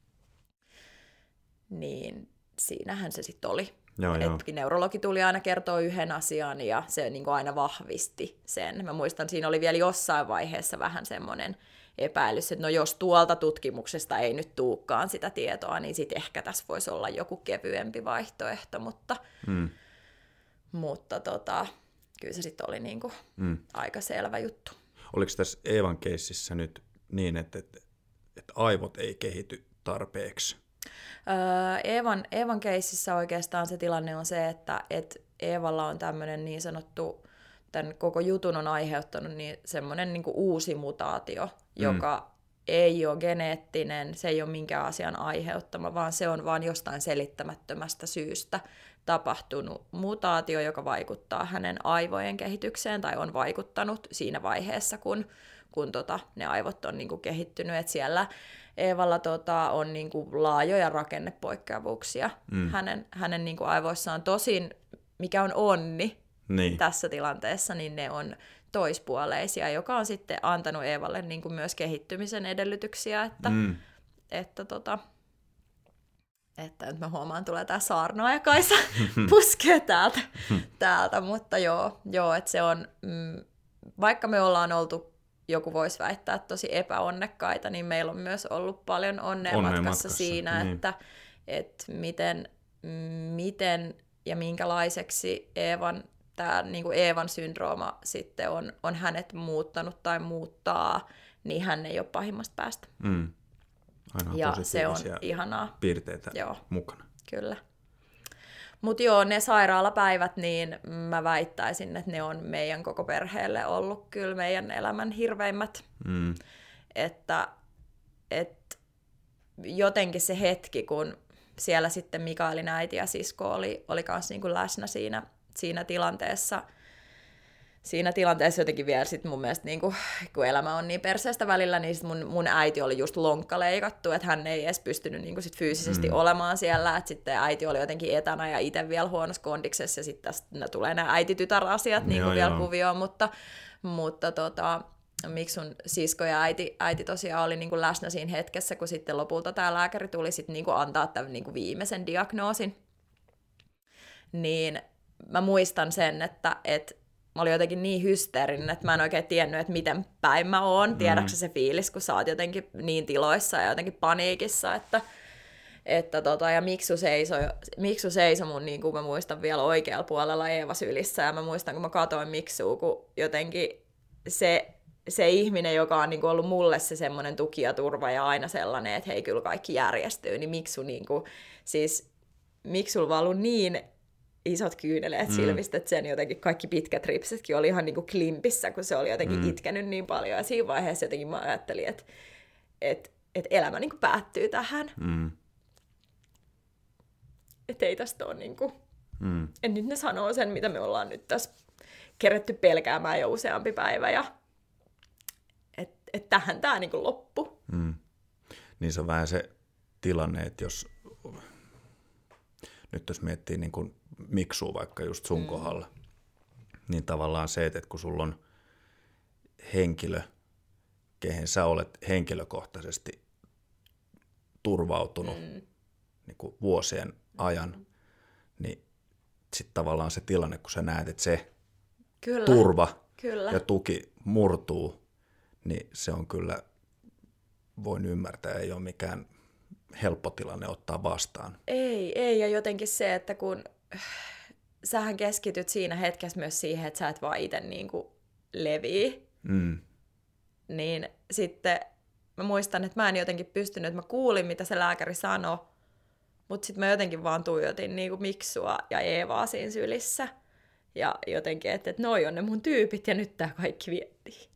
Niin siinähän se sitten oli. Että neurologi tuli aina kertoa yhden asian ja se niin kuin aina vahvisti sen. Mä muistan, siinä oli vielä jossain vaiheessa vähän semmoinen epäilys, että no jos tuolta tutkimuksesta ei nyt tuukaan sitä tietoa, niin sitten ehkä tässä voisi olla joku kevyempi vaihtoehto, mutta kyllä se sitten oli niin kuin aika selvä juttu. Oliko tässä Eevan keississä nyt niin, että aivot ei kehity tarpeeksi? Eevan keississä oikeastaan se tilanne on se, että Eevalla on tämmöinen niin sanottu, tämän koko jutun on aiheuttanut niin semmoinen niin kuin uusi mutaatio, joka ei ole geneettinen, se ei ole minkään asian aiheuttama, vaan se on vaan jostain selittämättömästä syystä tapahtunut mutaatio, joka vaikuttaa hänen aivojen kehitykseen tai on vaikuttanut siinä vaiheessa, kun ne aivot on niin kuin kehittynyt, että siellä Eevalla on niin kuin laajoja rakennepoikkeavuuksia hänen niin kuin aivoissaan. Tosin, mikä on onni tässä tilanteessa, niin ne on toispuoleisia, joka on sitten antanut Eevalle niin kuin myös kehittymisen edellytyksiä, että nyt mä huomaan, tulee tää saarnaaja Kaisa puskee täältä, mutta joo, että se on, vaikka me ollaan oltu, joku voisi väittää, että tosi epäonnekkaita, niin meillä on myös ollut paljon onnea matkassa siinä, niin. että miten ja minkälaiseksi tämä niinku Eevan syndrooma sitten on hänet muuttanut tai muuttaa, niin hän ei ole pahimmasta päästä. Aina ja se on ihanaa. Piirteitä mukana. Kyllä. Mutta joo, ne sairaalapäivät, niin mä väittäisin, että ne on meidän koko perheelle ollut kyllä meidän elämän hirveimmät. Että jotenkin se hetki, kun siellä sitten Mikaelin äiti ja sisko oli kanssa niin kuin läsnä siinä tilanteessa. Siinä tilanteessa jotenkin vielä sit mun mielestä, niin kun elämä on niin perseestä välillä, niin sit mun äiti oli just lonkkaleikattu, että hän ei edes pystynyt niin sit fyysisesti olemaan siellä, että sitten äiti oli jotenkin etänä ja itse vielä huonossa kondiksessa, ja sitten tästä tulee nämä äiti-tytär-asiat niin vielä kuvioon, mutta Miksun sisko ja äiti tosiaan oli niin kuin läsnä siinä hetkessä, kun sitten lopulta tämä lääkäri tuli sit niin kuin antaa tämän niin kuin viimeisen diagnoosin, niin mä muistan sen, että mä olin jotenkin niin hysteerinen, että mä en oikein tiennyt, että miten päin mä oon. Tiedätkö se fiilis, kun sä oot jotenkin niin tiloissa ja jotenkin paniikissa, ja Miksu seisoi mun, niin kuin mä muistan vielä oikealla puolella Eeva sylissä, ja mä muistan, kun mä katoin Miksua, kun jotenkin se ihminen, joka on niin kuin ollut mulle se semmoinen tuki ja turva ja aina sellainen, että hei, kyllä kaikki järjestyy, niin Miksulla vaan ollut niin isot kyyneleet silmistä, että sen jotenkin kaikki pitkät ripsetkin oli ihan niin kuin klimpissä, kun se oli jotenkin itkenyt niin paljon. Ja siinä vaiheessa jotenkin mä ajattelin, että elämä niin kuin päättyy tähän. Että ei tästä ole niin kuin... En nyt ne sanoo sen, mitä me ollaan nyt tässä keretty pelkäämään jo useampi päivä. Ja että tähän tämä niin kuin loppu. Niin se on vähän se tilanne, että jos miettii niin kuin Miksua vaikka just sun kohdalla, niin tavallaan se, että kun sulla on henkilö, kehen sä olet henkilökohtaisesti turvautunut niin kuin vuosien ajan, niin sitten tavallaan se tilanne, kun sä näet, että se turva ja tuki murtuu, niin se on kyllä, voin ymmärtää, ei ole mikään helppo tilanne ottaa vastaan. Ei, ja jotenkin se, että kun sähän keskityt siinä hetkessä myös siihen, että sä et vaan itse niin kuin levii, niin sitten mä muistan, että mä en jotenkin pystynyt, että mä kuulin, mitä se lääkäri sanoi, mutta sitten mä jotenkin vaan tuijotin niin kuin Miksua ja Eevaa siinä sylissä. Ja jotenkin, että noi on ne mun tyypit ja nyt tää kaikki vietiin.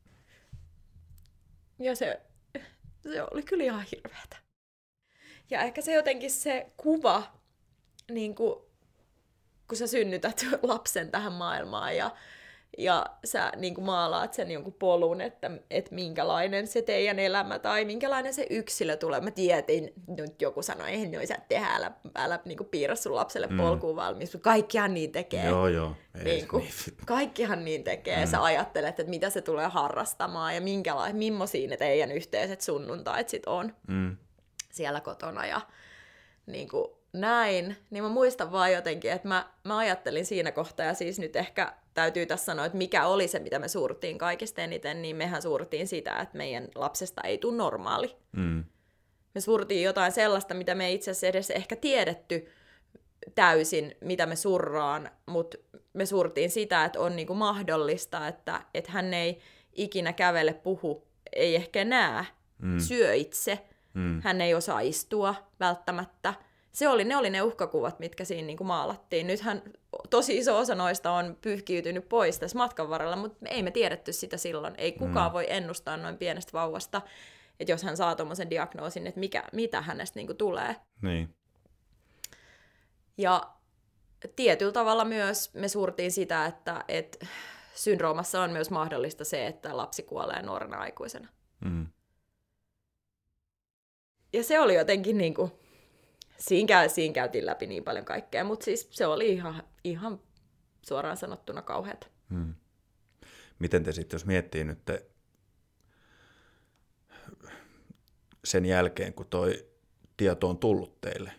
Ja se oli kyllä ihan hirveetä. Ja ehkä se jotenkin se kuva, niin kun sä synnytät lapsen tähän maailmaan ja sä niin kuin maalaat sen jonkun polun, että minkälainen se teidän elämä tai minkälainen se yksilö tulee. Mä tiedän, nyt joku sanoi, eihän noi saa tehdä, älä niin kuin piirrä sun lapselle polkuun valmiiksi, mutta kaikkihan niin tekee. Joo. Niin kuin, kaikkihan niin tekee. Sä ajattelet, että mitä se tulee harrastamaan ja millaisia ne teidän yhteiset sunnuntait sit on siellä kotona ja niin kuin näin. Niin mä muistan vaan jotenkin, että mä ajattelin siinä kohtaa ja siis nyt ehkä täytyy tässä sanoa, että mikä oli se, mitä me suurtiin kaikista eniten, niin mehän suurtiin sitä, että meidän lapsesta ei tule normaali. Me suurtiin jotain sellaista, mitä me ei itse asiassa edes ehkä tiedetty täysin, mitä me surraan, mutta me suurtiin sitä, että on niinku mahdollista, että hän ei ikinä kävele, puhu, ei ehkä näe, syö itse, hän ei osaa istua välttämättä. Ne oli ne uhkakuvat, mitkä siinä niinku maalattiin. Nythän tosi iso osa noista on pyyhkiytynyt pois tässä matkan varrella, mutta ei me tiedetty sitä silloin. Ei kukaan voi ennustaa noin pienestä vauvasta, että jos hän saa tuommoisen diagnoosin, että mitä hänestä niinku tulee. Niin. Ja tietyllä tavalla myös me suurtiin sitä, että syndroomassa on myös mahdollista se, että lapsi kuolee nuorena aikuisena. Ja se oli jotenkin niinku... Siinä käytiin läpi niin paljon kaikkea, mutta siis se oli ihan suoraan sanottuna kauheata. Miten te sitten, jos miettii nyt sen jälkeen, kun toi tieto on tullut teille,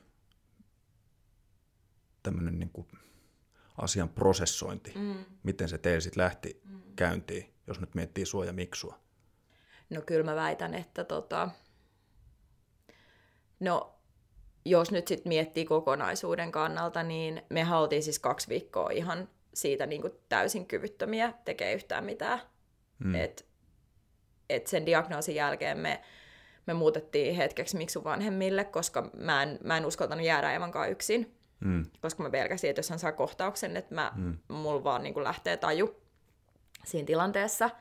tämmöinen niin kuin asian prosessointi, miten se teille sitten lähti käyntiin, jos nyt miettii sua ja Miksua? No kyllä mä väitän, että jos nyt sitten miettii kokonaisuuden kannalta, niin mehän oltiin siis 2 viikkoa ihan siitä niin kuin täysin kyvyttömiä tekee yhtään mitään. Et sen diagnoosin jälkeen me muutettiin hetkeksi Miksun vanhemmille, koska mä en uskaltanut jäädä Evankaan yksin. Koska mä pelkäsin, että jos hän saa kohtauksen, että mulla vaan niin kuin lähtee taju siinä tilanteessa.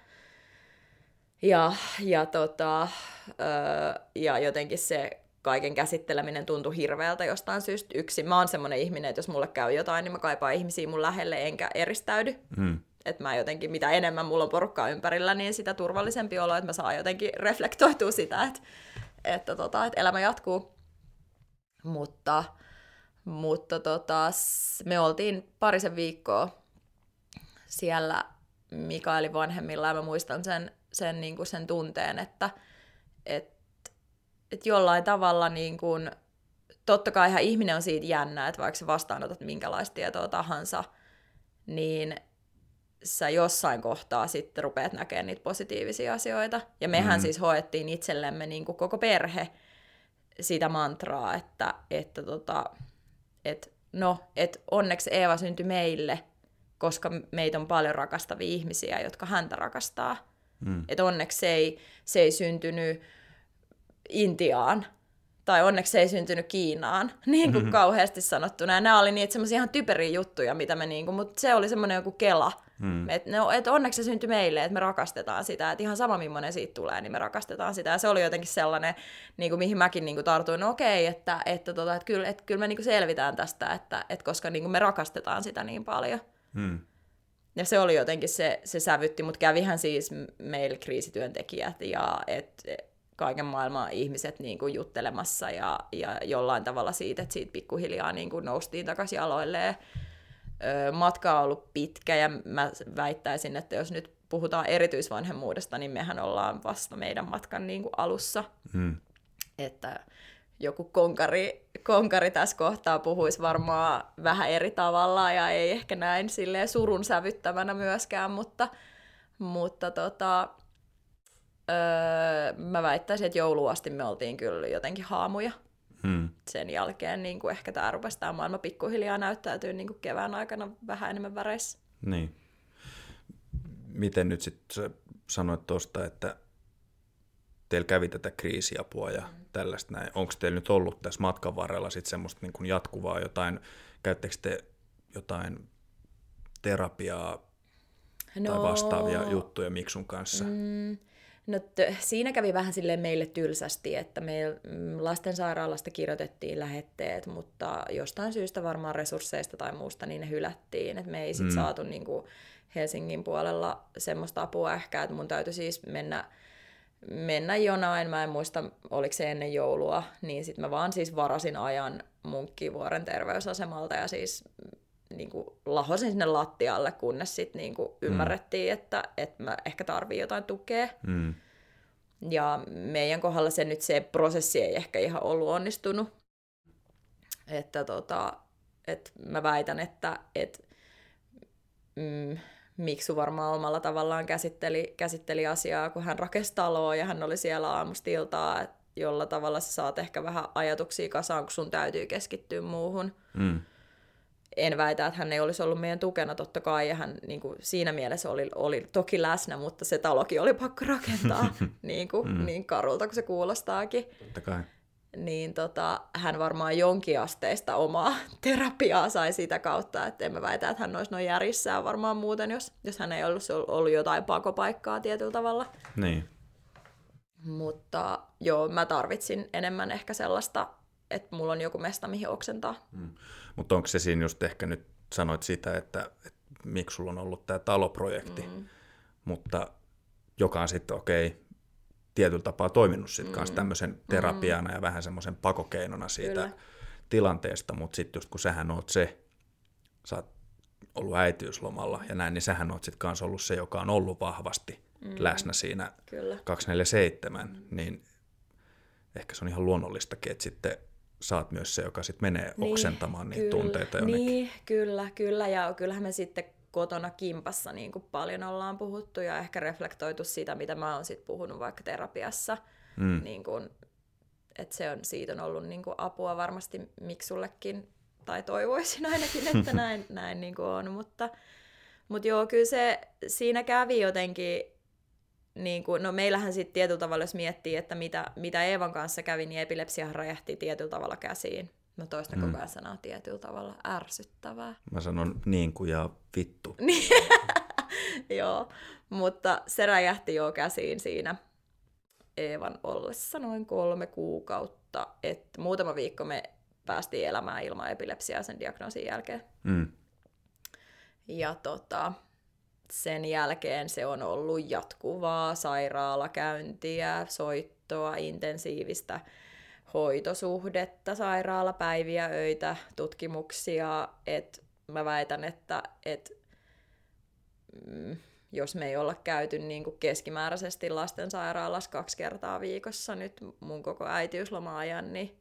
Ja jotenkin se kaiken käsitteleminen tuntui hirveältä jostain syystä yksin. Mä oon semmoinen ihminen, että jos mulle käy jotain, niin mä kaipaan ihmisiä mun lähelle enkä eristäydy. Että mä jotenkin, mitä enemmän mulla on porukkaa ympärillä, niin sitä turvallisempi olo, että mä saan jotenkin reflektoitua sitä, että elämä jatkuu. Mutta me oltiin parisen viikkoa siellä Mikaelin vanhemmilla ja mä muistan sen tunteen, että jollain tavalla niin kuin, totta kai ihan ihminen on siitä jännä, että vaikka sä vastaanotat minkälaista tietoa tahansa, niin sä jossain kohtaa sitten rupeat näkemään niitä positiivisia asioita. Ja mehän siis hoettiin itsellemme niin kuin koko perhe sitä mantraa, että onneksi Eeva syntyi meille, koska meitä on paljon rakastavia ihmisiä, jotka häntä rakastaa. Että onneksi se ei syntynyt Intiaan, tai onneksi se ei syntynyt Kiinaan, niin kuin kauheasti sanottuna. Ja nämä oli niitä semmoisia ihan typeriä juttuja, mitä me mutta se oli semmoinen joku kela. Että onneksi se syntyi meille, että me rakastetaan sitä, että ihan sama millainen siitä tulee, niin me rakastetaan sitä. Ja se oli jotenkin sellainen, niin kuin, mihin mäkin niin kuin tartuin, että kyllä me niin kuin selvitään tästä, että koska niin kuin me rakastetaan sitä niin paljon. Ja se oli jotenkin, se sävytti, mutta kävihän siis meillä kriisityöntekijät ja kaiken maailman ihmiset niin kuin juttelemassa ja jollain tavalla siitä, että siitä pikkuhiljaa niin kuin noustiin takaisin jaloilleen. Matka on ollut pitkä ja mä väittäisin, että jos nyt puhutaan erityisvanhemmuudesta, niin mehän ollaan vasta meidän matkan niin kuin alussa. Että joku konkari tässä kohtaa puhuisi varmaan vähän eri tavalla ja ei ehkä näin silleen surun sävyttävänä myöskään, mutta mä väittäisin, että jouluun asti me oltiin kyllä jotenkin haamuja. Sen jälkeen niin kuin ehkä tämä rupesi tämä maailma pikkuhiljaa näyttäytyy niin kuin kevään aikana vähän enemmän väreissä. Niin. Miten nyt sitten sanoit tuosta, että teillä kävi tätä kriisiapua ja tällaista näin. Onko teillä nyt ollut tässä matkan varrella sitten semmoista niin kuin jatkuvaa jotain, käyttekö te jotain terapiaa tai vastaavia juttuja Miksun kanssa? No siinä kävi vähän silleen meille tylsästi, että me lastensairaalasta kirjoitettiin lähetteet, mutta jostain syystä varmaan resursseista tai muusta niin ne hylättiin. Et me ei sit saatu niinku Helsingin puolella semmoista apua ehkä, että mun täytyy siis mennä jonain, mä en muista oliko se ennen joulua, niin sit mä vaan siis varasin ajan Munkkivuoren terveysasemalta ja siis niinku lahosin sinne lattialle, kunnes sitten niinku ymmärrettiin, että mä ehkä tarvii jotain tukea. Ja meidän kohdalla se prosessi ei ehkä ihan ollut onnistunut. Että mä väitän, että Miksu varmaan omalla tavallaan käsitteli asiaa, kun hän rakensi taloa ja hän oli siellä aamusta iltaa, jolla tavalla sä saat ehkä vähän ajatuksia kasaan, kun sun täytyy keskittyä muuhun. En väitä, että hän ei olisi ollut meidän tukena totta kai, ja hän niin kuin, siinä mielessä oli toki läsnä, mutta se talokin oli pakko rakentaa niin karulta kuin se kuulostaakin. Totta kai. Niin hän varmaan jonkin asteista omaa terapiaa sai sitä kautta, että en mä väitä, että hän olisi noin järjissään varmaan muuten, jos hän ei ollut jotain pakopaikkaa tietyllä tavalla. Niin. Mutta joo, mä tarvitsin enemmän ehkä sellaista, että mulla on joku mesta, mihin oksentaa. Mutta onko se siinä just ehkä nyt sanoit sitä, että miksi sulla on ollut tämä taloprojekti, mutta joka on sitten tietyllä tapaa toiminut sitten kanssa tämmöisen terapiana ja vähän semmoisen pakokeinona siitä tilanteesta, mutta sitten just kun sähän oot sä oot ollut äitiyslomalla ja näin, niin sähän oot sitten kanssa ollut se, joka on ollut vahvasti läsnä siinä 24/7, niin ehkä se on ihan luonnollistakin, että sitten sä oot myös se, joka sitten menee oksentamaan niitä tunteita jonnekin. Niin, kyllä. Ja kyllähän me sitten kotona kimpassa niin kuin paljon ollaan puhuttu ja ehkä reflektoitu sitä, mitä mä oon sitten puhunut vaikka terapiassa. Niin kuin, että siitä on ollut niin kuin apua varmasti Miksullekin, tai toivoisin ainakin, että näin niin kuin on. Mutta joo, kyllä se siinä kävi jotenkin. Niin kuin, no meillähän sitten tietyllä tavalla, jos miettii, että mitä Eevan kanssa kävi, niin epilepsiahan räjähti tietyllä tavalla käsiin. Mä toistan koko ajan sanaa tietyllä tavalla ärsyttävää. Mä sanon niin kuin ja vittu. Joo, mutta se räjähti jo käsiin siinä Eevan ollessa noin 3 kuukautta. Et muutama viikko me päästiin elämään ilman epilepsiaa sen diagnoosin jälkeen. Ja sen jälkeen se on ollut jatkuvaa sairaalakäyntiä, soittoa, intensiivistä hoitosuhdetta, sairaalapäiviä, öitä, tutkimuksia. Mä väitän, että jos me ei olla käyty niin kuin keskimääräisesti lastensairaalassa 2 kertaa viikossa nyt mun koko äitiysloma-ajan, niin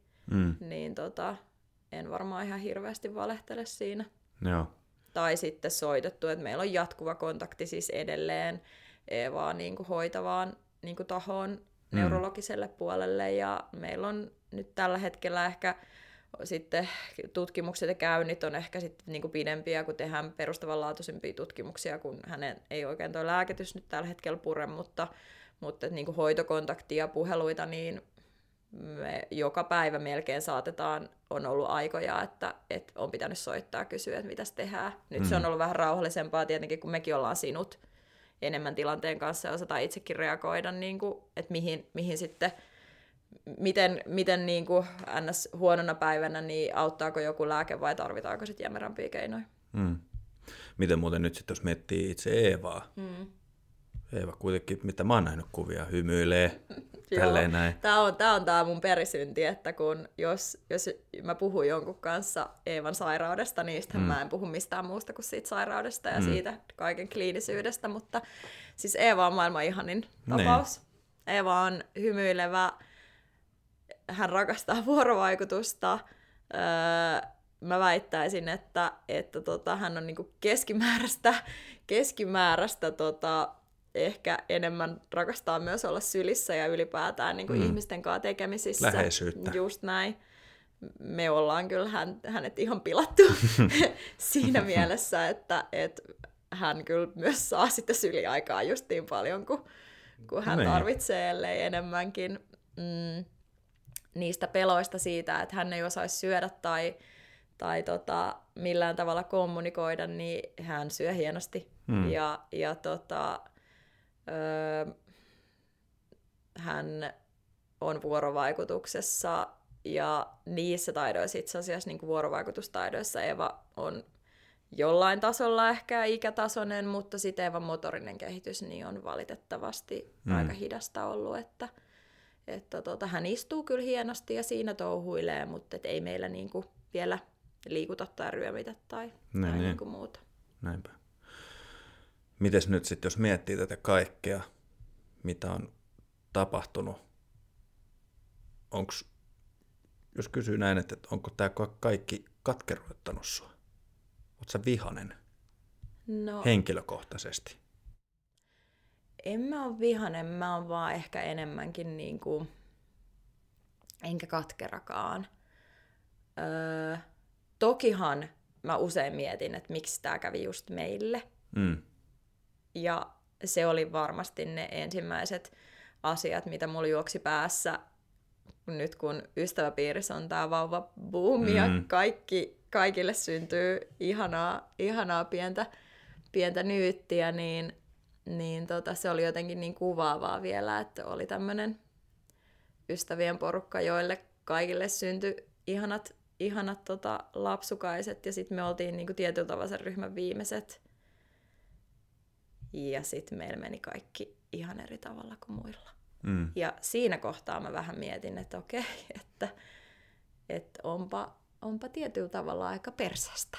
en varmaan ihan hirveästi valehtele siinä. Joo. Tai sitten soitettu, että meillä on jatkuva kontakti siis edelleen Eevaa niin kuin hoitavaan niin kuin tahoon neurologiselle puolelle. Ja meillä on nyt tällä hetkellä ehkä sitten tutkimukset ja käynnit on ehkä sitten niin kuin pidempiä, kun tehdään perustavanlaatuisempia tutkimuksia, kun hänen ei oikein tuo lääkitys nyt tällä hetkellä pure, mutta niin kuin hoitokontaktia ja puheluita, niin me joka päivä melkein on ollut aikoja, että on pitänyt soittaa ja kysyä, että mitäs tehdään. Nyt se on ollut vähän rauhallisempaa tietenkin, kun mekin ollaan sinut enemmän tilanteen kanssa ja osataan itsekin reagoida, niin kuin, että mihin sitten, miten niin kuin ns. Huonona päivänä, niin auttaako joku lääke vai tarvitaanko sitten jämerämpiä keinoja. Miten muuten nyt sitten, jos miettii itse Eevaa, Eeva kuitenkin, mitä mä oon nähnyt kuvia, hymyilee. Tälleen näin. Tämä on mun perisynti, että jos mä puhun jonkun kanssa Eevan sairaudesta, niin mä en puhu mistään muusta kuin siitä sairaudesta ja siitä kaiken kliinisyydestä, mutta siis Eeva on maailman ihanin tapaus. Eeva on hymyilevä, hän rakastaa vuorovaikutusta. Mä väittäisin, että hän on niinku keskimääräistä ehkä enemmän rakastaa myös olla sylissä ja ylipäätään niinku ihmisten kanssa tekemisissä. Läheisyyttä. Just näin. Me ollaan kyllä hänet ihan pilattu siinä mielessä, että hän kyllä myös saa sitten syliaikaa just niin paljon kuin hän tarvitsee, ellei enemmänkin. Niistä peloista siitä, että hän ei osaisi syödä tai millään tavalla kommunikoida, niin hän syö hienosti. Hän on vuorovaikutuksessa ja niissä taidoissa itse asiassa niin kuin vuorovaikutustaidoissa Eva on jollain tasolla ehkä ikätasoinen, mutta sitten Evan motorinen kehitys niin on valitettavasti aika hidasta ollut, että hän istuu kyllä hienosti ja siinä touhuilee, mutta ei meillä niinku vielä liikuta tai ryömitä tai niinku muuta. Näinpä. Mites nyt sitten, jos miettii tätä kaikkea, mitä on tapahtunut, jos kysyy näin, että onko tämä kaikki katkeroittanut sua? Oletko sä vihanen henkilökohtaisesti? En mä ole vihanen, mä oon vaan ehkä enemmänkin niinku, enkä katkerakaan. Tokihan mä usein mietin, että miksi tää kävi just meille. Ja se oli varmasti ne ensimmäiset asiat, mitä mulla juoksi päässä, nyt kun ystäväpiirissä on tää vauvabuumi ja kaikille syntyy ihanaa pientä nyyttiä, niin se oli jotenkin niin kuvaavaa vielä, että oli tämmöinen ystävien porukka, joille kaikille syntyi ihanat lapsukaiset, ja sitten me oltiin niinku tietyllä tavalla sen ryhmän viimeiset. Ja sitten meillä meni kaikki ihan eri tavalla kuin muilla. Ja siinä kohtaa mä vähän mietin, että okei, että onpa tietyllä tavalla aika persästä.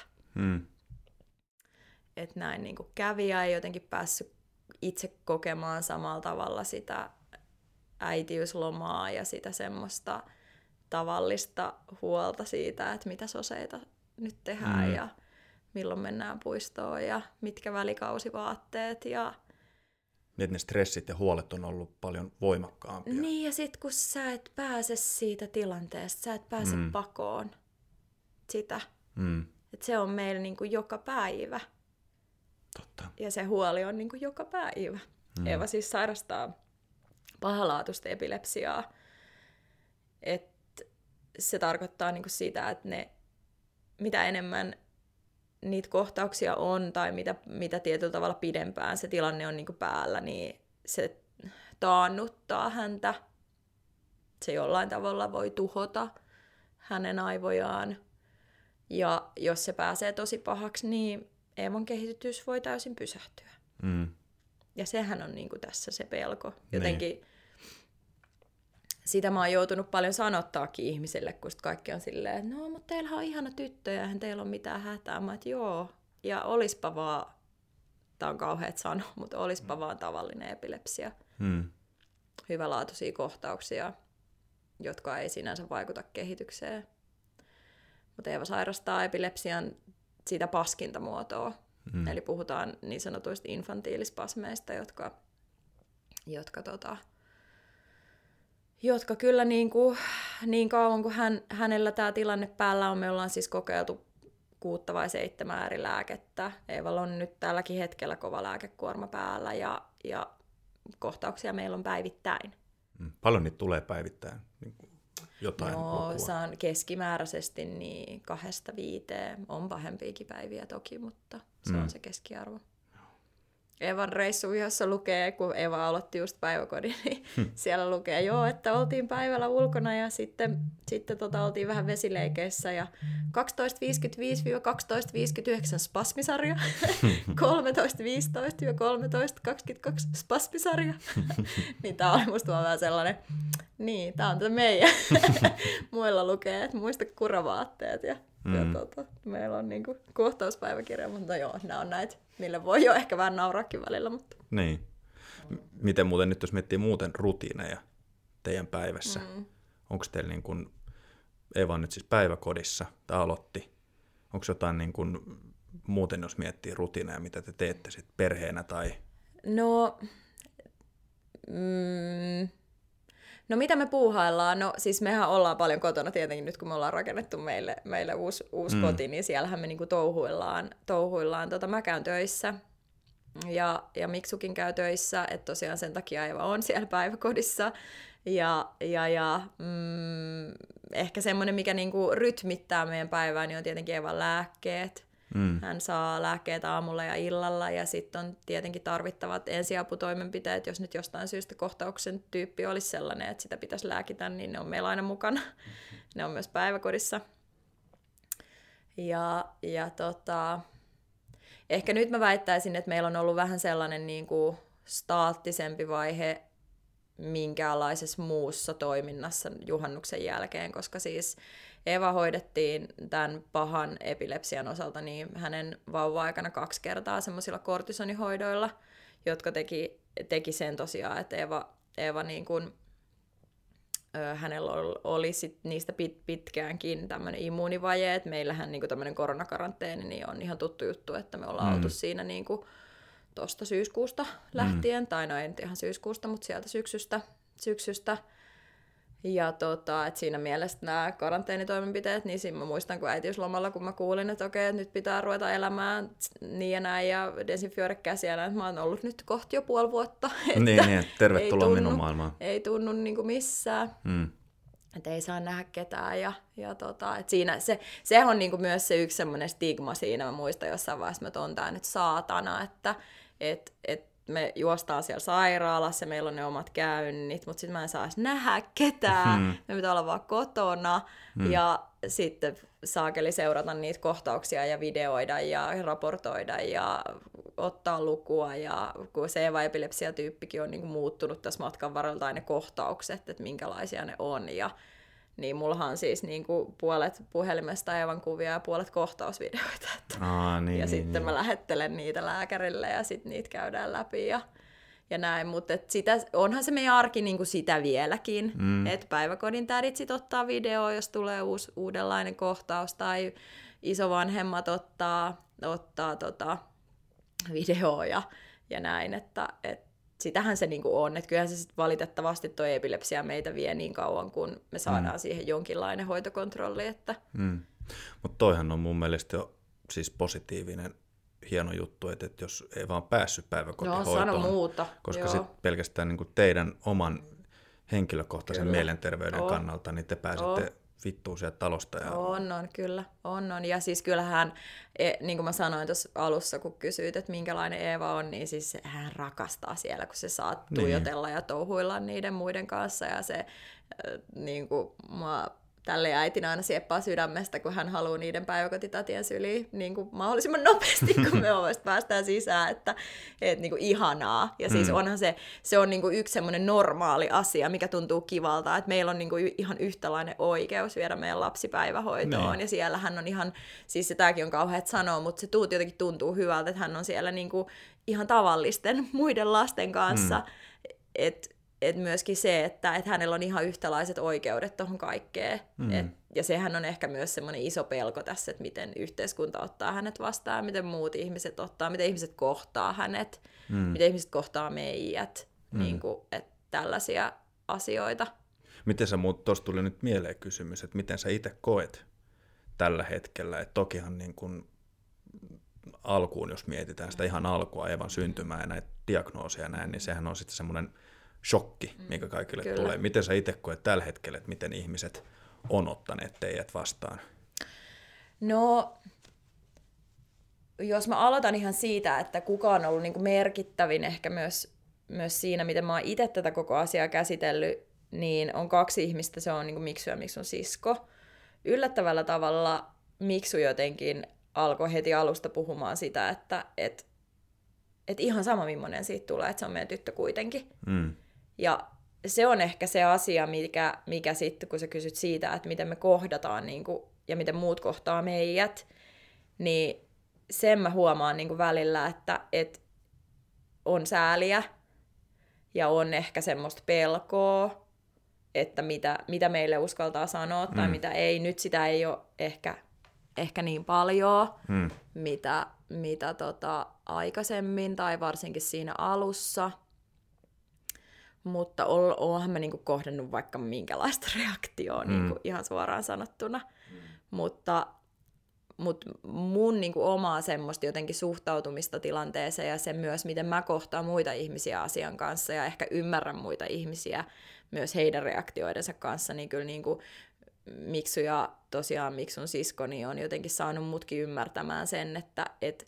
Että näin niin kuin kävi ja ei jotenkin päässyt itse kokemaan samalla tavalla sitä äitiyslomaa ja sitä semmoista tavallista huolta siitä, että mitä soseita nyt tehdään ja milloin mennään puistoon ja mitkä välikausivaatteet. Ja ne stressit ja huolet on ollut paljon voimakkaampia. Niin, ja sit kun sä et pääse siitä tilanteesta, sä et pääse pakoon sitä. Että se on meillä niin kuin joka päivä. Totta. Ja se huoli on niin kuin joka päivä. Eeva siis sairastaa pahalaatuista epilepsiaa. Et se tarkoittaa niin kuin sitä, että mitä enemmän niitä kohtauksia on tai mitä tietyllä tavalla pidempään se tilanne on niin kuin päällä, niin se taannuttaa häntä. Se jollain tavalla voi tuhota hänen aivojaan. Ja jos se pääsee tosi pahaksi, niin Eevan kehitys voi täysin pysähtyä. Ja sehän on niin kuin tässä se pelko. Jotenkin sitä mä oon joutunut paljon sanottaakin ihmisille, kun kaikki on silleen, että no, mutta teillähän on ihana tyttö ja eihän teillä ole mitään hätää. Mä että joo, ja olispa vaan, tää on kauheat sanoa, mutta olispa vaan tavallinen epilepsia. Hyvälaatuisia kohtauksia, jotka ei sinänsä vaikuta kehitykseen. Mutta Eeva sairastaa epilepsian sitä paskinta muotoa. Eli puhutaan niin sanotuista infantiilispasmeista, jotka kyllä niin kauan kuin hänellä tämä tilanne päällä on, me ollaan siis kokeiltu 6 vai 7 eri lääkettä. Eevalla on nyt tälläkin hetkellä kova lääkekuorma päällä ja kohtauksia meillä on päivittäin. Paljon niitä tulee päivittäin? Jotain lukua? Saan keskimääräisesti niin 2-5. On pahempiakin päiviä toki, mutta se on se keskiarvo. Evan reissuvihassa lukee, kun Eva aloitti just päiväkodin, niin siellä lukee että oltiin päivällä ulkona ja sitten oltiin vähän vesileikeissä ja 12.55-12.59 spasmisarja, 13.15-13.22 spasmisarja. Niin tää oli musta vaan vähän sellainen, niin tää on tätä meidän. Muilla lukee, että muista kuravaatteet ja meillä on niinku kohtauspäiväkirja, mutta joo, nämä on näitä, millä voi jo ehkä vähän nauraakin välillä. Mutta. Niin. Miten muuten nyt, jos miettii muuten rutiineja teidän päivässä, onko teillä niin kuin, Eeva on nyt siis päiväkodissa tai aloitti, onko jotain niin kuin, muuten jos miettii rutiineja, mitä te teette sitten perheenä tai? No, no mitä me puuhaillaan? No siis mehän ollaan paljon kotona tietenkin nyt, kun me ollaan rakennettu meille uusi koti, niin siellähän me niinku touhuillaan. Mä käyn töissä ja Miksukin käy töissä, että tosiaan sen takia Eeva on siellä päiväkodissa. Ehkä semmoinen, mikä niinku rytmittää meidän päivää, niin on tietenkin Eevan lääkkeet. Hän saa lääkkeitä aamulla ja illalla ja sitten on tietenkin tarvittavat ensiaputoimenpiteet, jos nyt jostain syystä kohtauksen tyyppi olisi sellainen, että sitä pitäisi lääkitä, niin ne on meillä aina mukana. Ne on myös päiväkodissa. Ehkä nyt mä väittäisin, että meillä on ollut vähän sellainen niin kuin staattisempi vaihe minkäänlaisessa muussa toiminnassa juhannuksen jälkeen, koska siis Eeva hoidettiin tämän pahan epilepsian osalta niin hänen vauva-aikana 2 kertaa semmoisilla kortisonihoidoilla, jotka teki sen tosiaan, että Eeva niin kuin, hänellä oli sit niistä pitkäänkin tämmöinen immuunivaje, että meillähän niin kuin tämmöinen koronakaranteeni niin on ihan tuttu juttu, että me ollaan oltu siinä niin kuin tuosta syyskuusta lähtien, tai no ei nyt ihan syyskuusta, mutta sieltä syksystä. Ja että siinä mielessä nämä karanteenitoimenpiteet, niin siinä mä muistan, kun äitiyslomalla, kun mä kuulin, että okei, että nyt pitää ruveta elämään niin ja näin, ja desinfioida käsiä, että mä oon ollut nyt kohti jo 5 vuotta. Niin, tervetuloa minun maailmaan. Ei tunnu niin kuin missään. Että ei saa nähdä ketään. Et siinä, se on niin kuin myös se yksi semmoinen stigma siinä. Mä muistan jossain vaiheessa, että on tää nyt saatana, että me juostaan siellä sairaalassa, meillä on ne omat käynnit, mutta sitten mä en saa edes nähdä ketään. Me pitää olla vaan kotona ja sitten saakeli seurata niitä kohtauksia ja videoida ja raportoida ja ottaa lukua. Ja kun se Eeva-epilepsia-tyyppikin on niin kuin muuttunut tässä matkan varrella, tai ne kohtaukset, että minkälaisia ne on. Niin mullahan on siis niin kuin puolet puhelimesta Eevan kuvia ja puolet kohtausvideoita. Ja sitten mä lähettelen niitä lääkärille ja sitten niitä käydään läpi ja näin. Mutta onhan se meidän arki niin kuin sitä vieläkin, että päiväkodin tädit sit ottaa videoa, jos tulee uudenlainen kohtaus, tai isovanhemmat ottaa videoa ja näin, että sitähän se niinku on, että kyllähän se sit valitettavasti tuo epilepsia meitä vie niin kauan, kun me saadaan siihen jonkinlainen hoitokontrolli. Mutta toihan on mun mielestä jo siis positiivinen, hieno juttu, että jos ei vaan päässyt päiväkotihoitoon, sano muuta. Koska sitten pelkästään niinku teidän oman henkilökohtaisen mielenterveyden kannalta, niin te pääsette vittuun sieltä talosta. Kyllä. Ja siis kyllähän, niin kuin mä sanoin tuossa alussa, kun kysyit, että minkälainen Eeva on, niin siis hän rakastaa siellä, kun se saa tuijotella ja touhuilla niiden muiden kanssa. Ja se niin kuin mua tälleen äitinä aina sieppaa sydämestä, kun hän haluaa niiden päiväkotitatien syliin niin kuin mahdollisimman nopeasti, kun me ovesta päästään sisään, että niin kuin ihanaa. Ja siis onhan se on niin kuin yksi semmoinen normaali asia, mikä tuntuu kivalta, että meillä on niin kuin ihan yhtälainen oikeus viedä meidän lapsi päivähoitoon. Ja siellä hän on ihan, siis se tämäkin on kauheat sanoa, mutta se jotenkin tuntuu hyvältä, että hän on siellä niin kuin ihan tavallisten muiden lasten kanssa. Et myöskin se, että hänellä on ihan yhtälaiset oikeudet tuohon kaikkeen. Ja sehän on ehkä myös semmoinen iso pelko tässä, että miten yhteiskunta ottaa hänet vastaan, miten muut ihmiset ottaa, miten ihmiset kohtaa hänet, miten ihmiset kohtaa meidät, niin kuin, että tällaisia asioita. Miten sä tuossa tuli nyt mieleen kysymys, että miten sä itse koet tällä hetkellä, että tokihan niin kuin alkuun, jos mietitään sitä ihan alkua, Eevan syntymää ja näitä diagnooseja näin, niin sehän on sitten semmoinen shokki, mikä kaikille tulee. Miten sä itse koet tällä hetkellä, että miten ihmiset on ottaneet teidät vastaan? No, jos mä aloitan ihan siitä, että kuka on ollut niin kuin merkittävin ehkä myös siinä, miten mä oon itse tätä koko asiaa käsitellyt, niin on 2 ihmistä, se on niin kuin Miksu ja Miksun sisko. Yllättävällä tavalla Miksu jotenkin alkoi heti alusta puhumaan sitä, että ihan sama millainen siitä tulee, että se on meidän tyttö kuitenkin. Ja se on ehkä se asia, mikä sitten, kun sä kysyt siitä, että miten me kohdataan niin kuin, ja miten muut kohtaa meidät, niin sen mä huomaan niin kuin välillä, että on sääliä ja on ehkä semmoista pelkoa että mitä meille uskaltaa sanoa tai mitä ei. Nyt sitä ei ole ehkä niin paljon, mitä aikaisemmin tai varsinkin siinä alussa. Mutta oonhan mä niinku kohdannut vaikka minkälaista reaktioa niinku ihan suoraan sanottuna. Mutta mun niinku omaa semmoista jotenkin suhtautumista tilanteeseen ja se myös, miten mä kohtaan muita ihmisiä asian kanssa ja ehkä ymmärrän muita ihmisiä myös heidän reaktioidensa kanssa, niin kyllä niinku Miksu ja tosiaan Miksun siskoni on jotenkin saanut mutkin ymmärtämään sen, että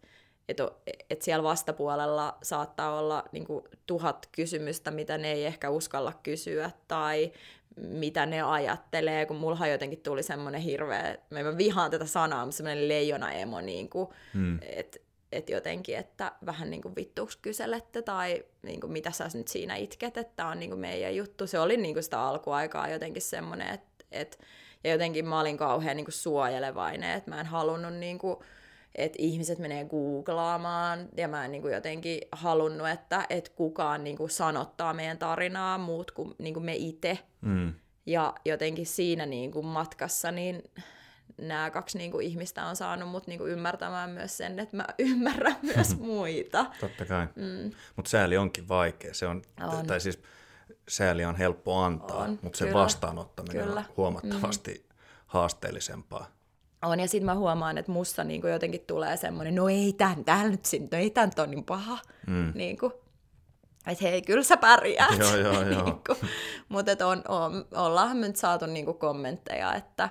siellä vastapuolella saattaa olla niinku 1000 kysymystä, mitä ne ei ehkä uskalla kysyä tai mitä ne ajattelee, kun mullahan jotenkin tuli semmoinen hirveä, mä vihaan tätä sanaa, mutta semmoinen leijona-emo, niinku, että jotenkin, että vähän niin kuin vittuuksi kyselette tai niin kuin, mitä sä nyt siinä itket, että on niin kuin meidän juttu. Se oli niin kuin sitä alkuaikaa jotenkin semmoinen, ja jotenkin mä olin kauhean niin kuin suojelevainen, että mä en halunnut niin kuin, että ihmiset menee googlaamaan, ja mä en niin kuin jotenkin halunnut, että kukaan niin kuin sanottaa meidän tarinaa muut kuin, niin kuin me itse. Ja jotenkin siinä niin kuin matkassa niin nämä 2 niin kuin ihmistä on saanut mut niin kuin ymmärtämään myös sen, että mä ymmärrän myös muita. Totta kai. Mutta sääli onkin vaikea. Se on. Tai siis sääli on helppo antaa, mutta se vastaanottaminen on huomattavasti haasteellisempaa. On, ja sitten mä huomaan, että musta niinku jotenkin tulee semmoinen, no ei tää nyt ole niin paha. Niinku, että hei, kyllä sä pärjäät. Joo. Niinku. Mutta ollaan me nyt saatu niinku kommentteja, että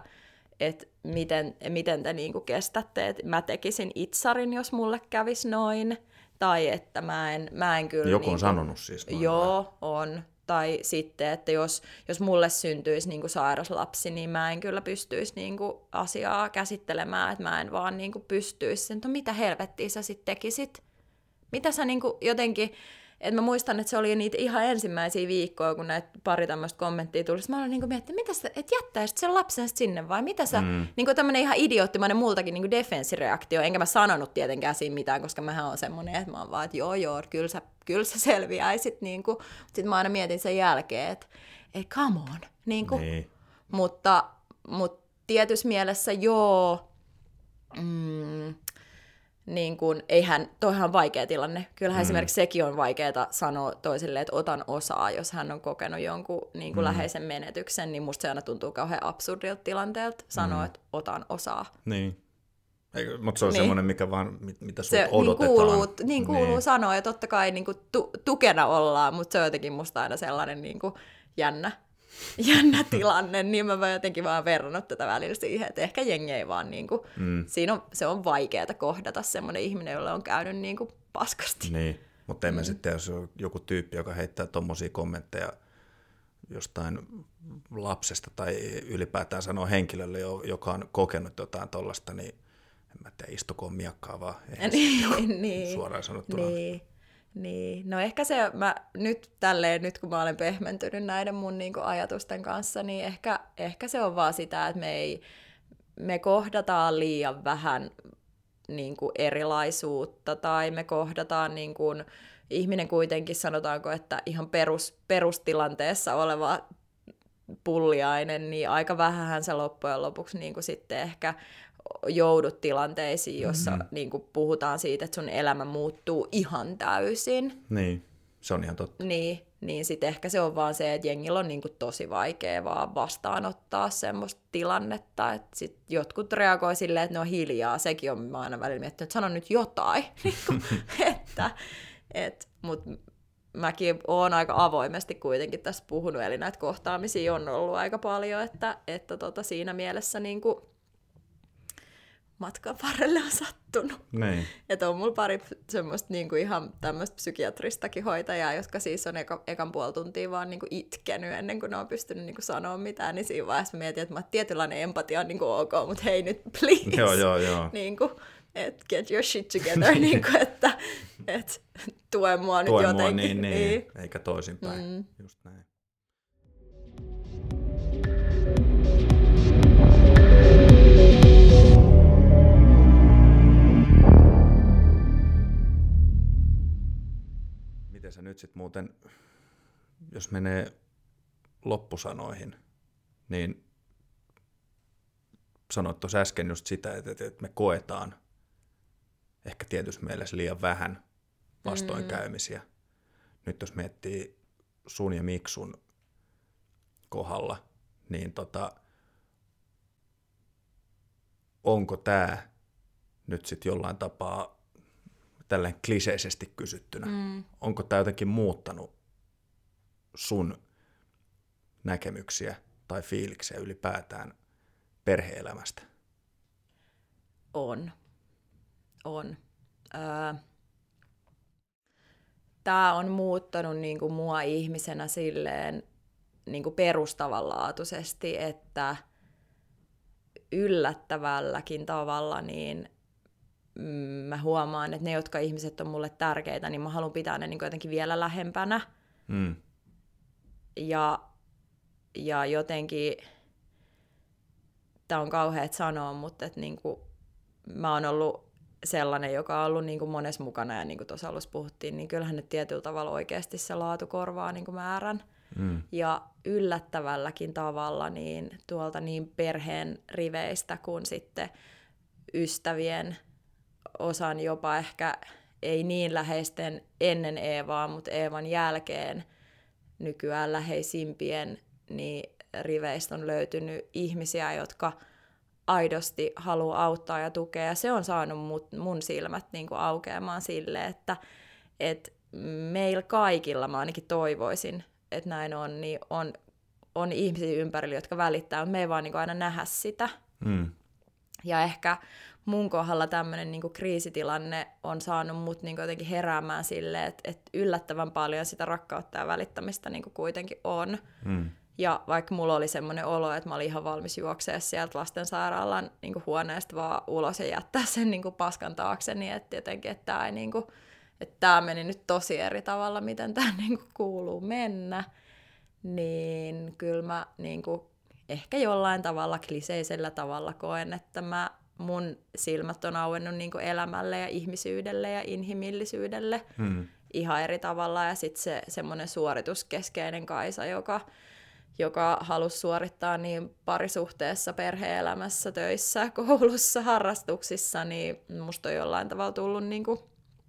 miten te niinku kestätte, että mä tekisin itsarin, jos mulle kävisi noin. Tai että mä en kyllä... Joku on sanonut siis noin. Joo, on. Tai sitten, että jos mulle syntyisi niinku sairas lapsi, niin mä en kyllä pystyisi niinku asiaa käsittelemään, että mä en vaan niinku pystyisi. No mitä helvettiä sä sitten tekisit? Mitä sä niinku jotenkin... Et mä muistan, että se oli niitä ihan ensimmäisiä viikkoja, kun näitä pari tämmöistä kommenttia tuli. Mä olin niinku miettinyt, mitä sä, et jättäisit sen lapsen sinne vai mitä sä... Niinku tämmönen ihan idioottimainen multakin niinku defenssireaktio. Enkä mä sanonut tietenkään siinä mitään, koska mähän on semmonen, että mä oon vaan, että joo, kyllä sä selviäisit. Niinku. Sitten mä aina mietin sen jälkeen, että come on. Niinku. Niin. Mutta tietyssä mielessä joo... Niin kun, toihan on vaikea tilanne. Kyllähän esimerkiksi sekin on vaikeaa sanoa toiselle, että otan osaa, jos hän on kokenut jonkun niin kuin läheisen menetyksen, niin musta se aina tuntuu kauhean absurdilta tilanteelta sanoa, että otan osaa. Niin. Mutta se on semmoinen, mikä vaan, mitä sulta odotetaan. Kuuluu sanoa, ja totta kai niin kuin tukena ollaan, mutta se on jotenkin musta aina sellainen niin kuin jännä tilanne, niin mä jotenkin vaan verrannut tätä välillä siihen, että ehkä jengi ei vaan niinku, se on vaikeaa kohdata semmoinen ihminen, jolla on käynyt niinku paskasti. Niin, mutta emme sitten, jos on joku tyyppi, joka heittää tommosia kommentteja jostain lapsesta tai ylipäätään sanoo henkilölle, joka on kokenut jotain tollasta, niin en mä tiedä, istukoon miakkaa vaan, niin, suoraan sanottuna. Niin, no ehkä se, nyt kun mä olen pehmentynyt näiden mun niinku ajatusten kanssa, niin ehkä se on vaan sitä, että me kohdataan liian vähän niinku erilaisuutta, tai me kohdataan niinku, ihminen kuitenkin, sanotaanko, että ihan perustilanteessa oleva pulliainen, niin aika vähänhän se loppujen lopuksi niinku sitten ehkä joudut tilanteisiin, jossa niin kuin puhutaan siitä, että sun elämä muuttuu ihan täysin. Niin, se on ihan totta. Niin sitten ehkä se on vaan se, että jengillä on niin kuin tosi vaikea vaan vastaanottaa semmoista tilannetta, että sit jotkut reagoi silleen, että ne on hiljaa. Sekin on, mä aina välillä miettinyt, että sano nyt jotain. Mutta mäkin oon aika avoimesti kuitenkin tässä puhunut, eli näitä kohtaamisia on ollut aika paljon, että siinä mielessä niin kuin matkan varrelle on sattunut. Niin. Että on mulla pari semmoista niinku ihan tämmöistä psykiatristakin hoitajaa, jotka siis on ekan puoli tuntia vaan niinku itkenyt ennen kuin ne on pystynyt niinku sanoa mitään, niin siinä vaiheessa mietin, että tietynlainen empatia on niinku ok, mutta hei nyt please. Joo. Niinku, et get your shit together, niinku, että tue mua nyt jotenkin. Niin. Eikä toisinpäin. Just näin. Miten sä nyt sitten muuten, jos menee loppusanoihin, niin sanoit tuossa äsken just sitä, että me koetaan ehkä tietyssä mielessä liian vähän vastoinkäymisiä. Nyt jos miettii sun ja Miksun kohdalla, niin onko tämä nyt sitten jollain tapaa tälleen kliseisesti kysyttynä, onko tämä jotenkin muuttanut sun näkemyksiä tai fiiliksiä ylipäätään perhe-elämästä? On. Tämä on muuttanut niinku mua ihmisenä silleen niinku perustavanlaatuisesti, että yllättävälläkin tavalla niin mä huomaan, että ne, jotka ihmiset on mulle tärkeitä, niin mä haluan pitää ne niinku jotenkin vielä lähempänä. Ja jotenkin, tää on kauheat sanoa, mutta et niinku, mä oon ollut sellainen, joka on ollut niinku monessa mukana, ja niin kuin tuossa alussa puhuttiin, niin kyllähän nyt tietyllä tavalla oikeasti se laatu korvaa niinku määrän. Ja yllättävälläkin tavalla niin tuolta niin perheen riveistä kuin sitten ystävien osan jopa ehkä ei niin läheisten ennen Eevaa, mutta Eevan jälkeen nykyään läheisimpien niin riveistä on löytynyt ihmisiä, jotka aidosti haluaa auttaa ja tukea. Ja se on saanut mun silmät niin kuin aukeamaan sille, että meillä kaikilla, mä ainakin toivoisin, että näin on, niin on ihmisiä ympärillä, jotka välittää, mutta me ei vaan niin kuin aina nähdä sitä. Ja ehkä mun kohdalla tämmöinen niin kuin kriisitilanne on saanut mut niin kuin jotenkin heräämään silleen, että yllättävän paljon sitä rakkautta ja välittämistä niin kuin kuitenkin on. Ja vaikka mulla oli semmoinen olo, että mä olin ihan valmis juoksemaan sieltä lastensairaalan niin kuin huoneesta vaan ulos ja jättää sen niin kuin paskan taakse, niin että jotenkin, että tämä ei niin kuin, että tämä meni nyt tosi eri tavalla, miten tämä niin kuin kuuluu mennä, niin kyllä mä niin kuin ehkä jollain tavalla kliseisellä tavalla koen, että mun silmät on auennut niin kuin elämälle ja ihmisyydelle ja inhimillisyydelle ihan eri tavalla. Ja sitten se semmoinen suorituskeskeinen Kaisa, joka halusi suorittaa niin parisuhteessa, perhe-elämässä, töissä, koulussa, harrastuksissa, niin musta on jollain tavalla tullut niin kuin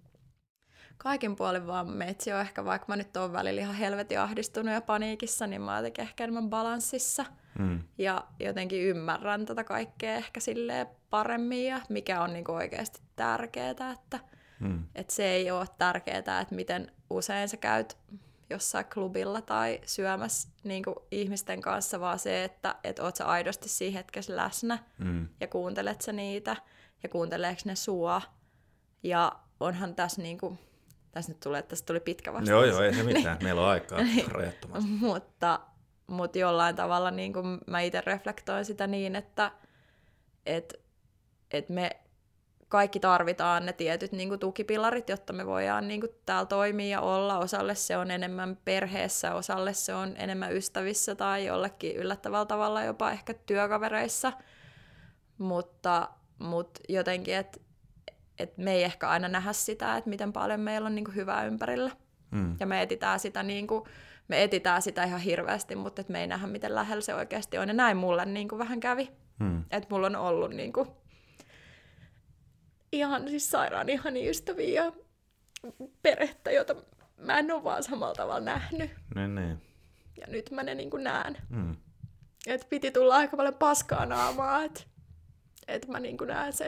kaikin puolin vaan metsi on ehkä, vaikka mä nyt oon välillä ihan helvetin ahdistunut ja paniikissa, niin mä oon jotenkin ehkä enemmän balanssissa. Ja jotenkin ymmärrän tätä kaikkea ehkä silleen paremmin ja mikä on niinku oikeasti tärkeää, että se ei ole tärkeää, että miten usein sä käyt jossain klubilla tai syömässä niinku ihmisten kanssa, vaan se, että oot sä aidosti siinä hetkessä läsnä ja kuuntelet sä niitä ja kuunteleeko ne sua. Ja onhan tässä niinku, tässä nyt tulee, että tästä tuli pitkä vastaus. Joo, ei se mitään. Meillä on aikaa rajattomasti. Mutta jollain tavalla niin kuin mä itse reflektoin sitä niin, että me kaikki tarvitaan ne tietyt niin kuin tukipilarit, jotta me voidaan niin kuin täällä toimia ja olla. Osalle se on enemmän perheessä, osalle se on enemmän ystävissä tai jollekin yllättävällä tavalla jopa ehkä työkavereissa. Mutta jotenkin, että me ei ehkä aina nähdä sitä, että miten paljon meillä on niin kuin hyvää ympärillä. Ja me etsitään sitä ihan hirveästi, mutta et me ei nähdä, miten lähellä se oikeasti on. Ja näin mulle niin kuin vähän kävi. Että mulla on ollut niin kuin ihan siis sairaan ihania ystäviä ja perhettä, jota mä en ole vaan samalla tavalla nähnyt. Ne. Ja nyt mä ne niin kuin näen. Että piti tulla aika paljon paskaa naamaa, että mä niin kuin näen sen.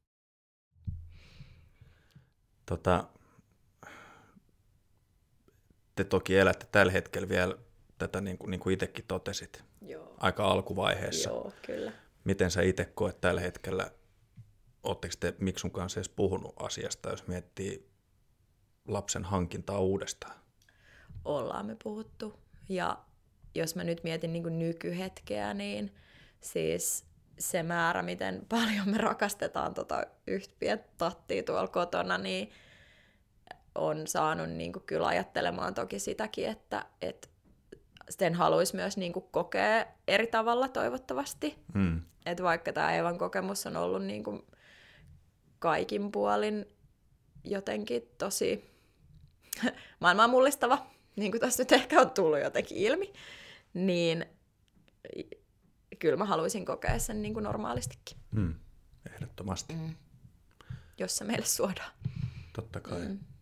Te toki elätte tällä hetkellä vielä tätä, niin kuin itsekin totesit, aika alkuvaiheessa. Joo, kyllä. Miten sä itse koet tällä hetkellä, ootteko te Miksun kanssa edes puhunut asiasta, jos miettii lapsen hankintaa uudestaan? Ollaan me puhuttu. Ja jos mä nyt mietin niin kuin nykyhetkeä, niin siis se määrä, miten paljon me rakastetaan yhtä pientä tattia tuolla kotona, niin on saanut niin kuin kyllä ajattelemaan toki sitäkin, että sen haluaisi myös niin kuin kokea eri tavalla toivottavasti. Että vaikka tämä Eevan kokemus on ollut niin kuin kaikin puolin jotenkin tosi maailmaa mullistava, niin kuin tässä nyt ehkä on tullut jotenkin ilmi, niin kyllä mä haluaisin kokea sen niin kuin normaalistikin. Ehdottomasti. Jos se meille suodaan. Totta kai.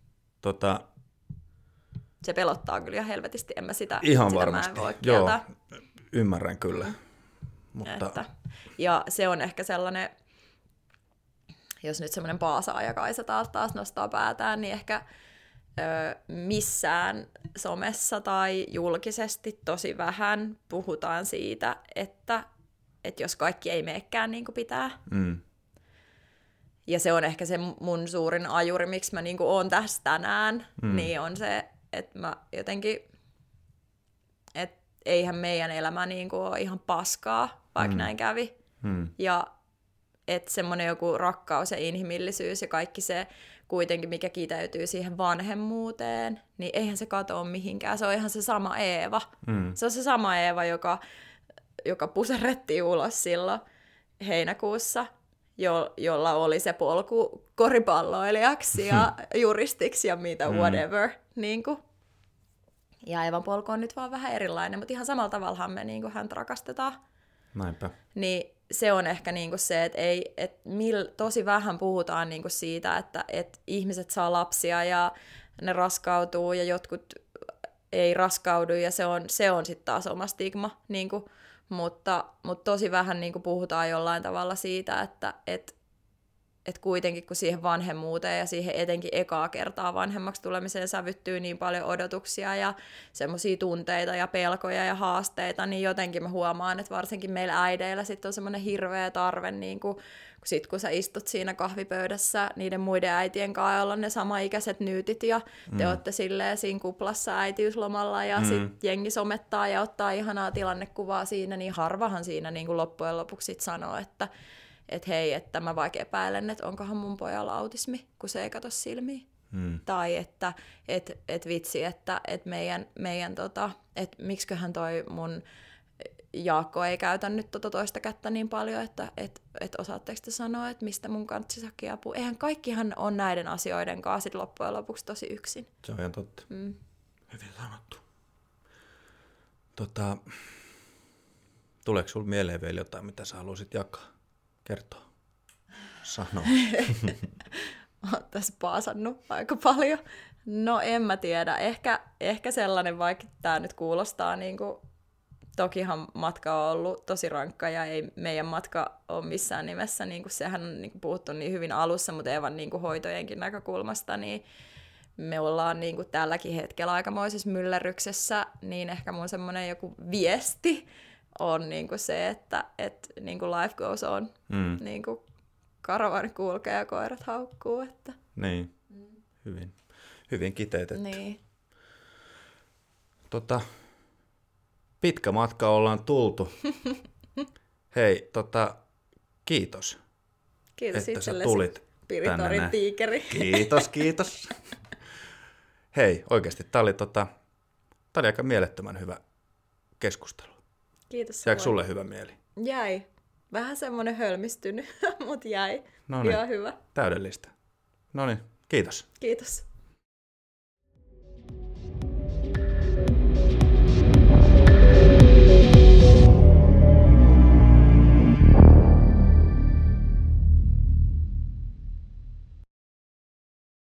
Se pelottaa kyllä ihan helvetisti, en mä sitä, ihan varmasti. Mä en voi kieltää. Joo, ymmärrän kyllä. Mutta... Ja se on ehkä sellainen, jos nyt semmoinen paasaaja Kaisa taas nostaa päätään, niin ehkä missään somessa tai julkisesti tosi vähän puhutaan siitä, että jos kaikki ei meekään niin kuin pitää. Ja se on ehkä se mun suurin ajuri, miksi mä niin kuin oon tässä tänään, niin on se, että mä jotenkin, että eihän meidän elämä niin kuin ole ihan paskaa, vaikka näin kävi. Ja että semmoinen joku rakkaus ja inhimillisyys ja kaikki se kuitenkin, mikä kiteytyy siihen vanhemmuuteen, niin eihän se katoa mihinkään. Se on ihan se sama Eeva. Se on se sama Eeva, joka puserrettiin ulos silloin heinäkuussa, jolla oli se polku koripalloilijaksi ja juristiksi ja mitä whatever. Niin kuin. Ja Eevan polku on nyt vaan vähän erilainen, mutta ihan samalla tavallahan me niin kuin häntä rakastetaan. Näinpä. Niin se on ehkä niinku se, että tosi vähän puhutaan niinku siitä, että ihmiset saa lapsia ja ne raskautuu ja jotkut ei raskaudu ja se on sitten taas oma stigma. Niinku, mutta tosi vähän niinku puhutaan jollain tavalla siitä, että kuitenkin kun siihen vanhemmuuteen ja siihen etenkin ekaa kertaa vanhemmaksi tulemiseen sävyttyy niin paljon odotuksia ja semmoisia tunteita ja pelkoja ja haasteita, niin jotenkin mä huomaan, että varsinkin meillä äideillä sit on semmoinen hirveä tarve, niin kun sä istut siinä kahvipöydässä niiden muiden äitien kanssa, joilla on ne samaikäiset nyytit ja te ootte silleen siinä kuplassa äitiyslomalla ja sit jengi somettaa ja ottaa ihanaa tilannekuvaa siinä, niin harvahan siinä niin kuin loppujen lopuksi sit sanoo, että hei, että mä vaikka epäilen, että onkohan mun pojalla autismi, kun se ei kato silmiin. Tai että vitsi, että meidän että miksiköhän toi mun Jaakko ei käytä nyt toista kättä niin paljon, että osaatteko te sanoa, että mistä mun kanssa hakee apua. Eihän kaikkihan on näiden asioiden kanssa sit loppujen lopuksi tosi yksin. Se on ihan totta. Hyvin sanottu. Tuleeko sulla mieleen vielä jotain, mitä sä haluaisit jakaa? Kertoo. Sano. Oon tässä paasannut aika paljon. No en mä tiedä. Ehkä sellainen, vaikka tämä nyt kuulostaa, niin kuin, tokihan matka on ollut tosi rankka ja ei meidän matka ole missään nimessä, niin kuin sehän on niin kuin puhuttu niin hyvin alussa, mutta Eevan niin kuin hoitojenkin näkökulmasta, niin me ollaan niin kuin tälläkin hetkellä aikamoisessa myllerryksessä, niin ehkä mun semmoinen joku viesti on niinku se, että niinku life goes on. Niinku karavan kulkee ja koirat haukkuu. Että. Niin, hyvin kiteytetty. Niin. Pitkä matka ollaan tultu. Hei, kiitos. Kiitos että sä itsellesi, tulit Piritorin tiikeri. Kiitos. Hei, oikeasti tää oli aika mielettömän hyvä keskustelu. Kiitos. Jäikö sulle hyvä mieli? Jäi. Vähän semmoinen hölmistynyt, mutta jäi. Noniin. Ihan hyvä. Täydellistä. Noniin, kiitos. Kiitos.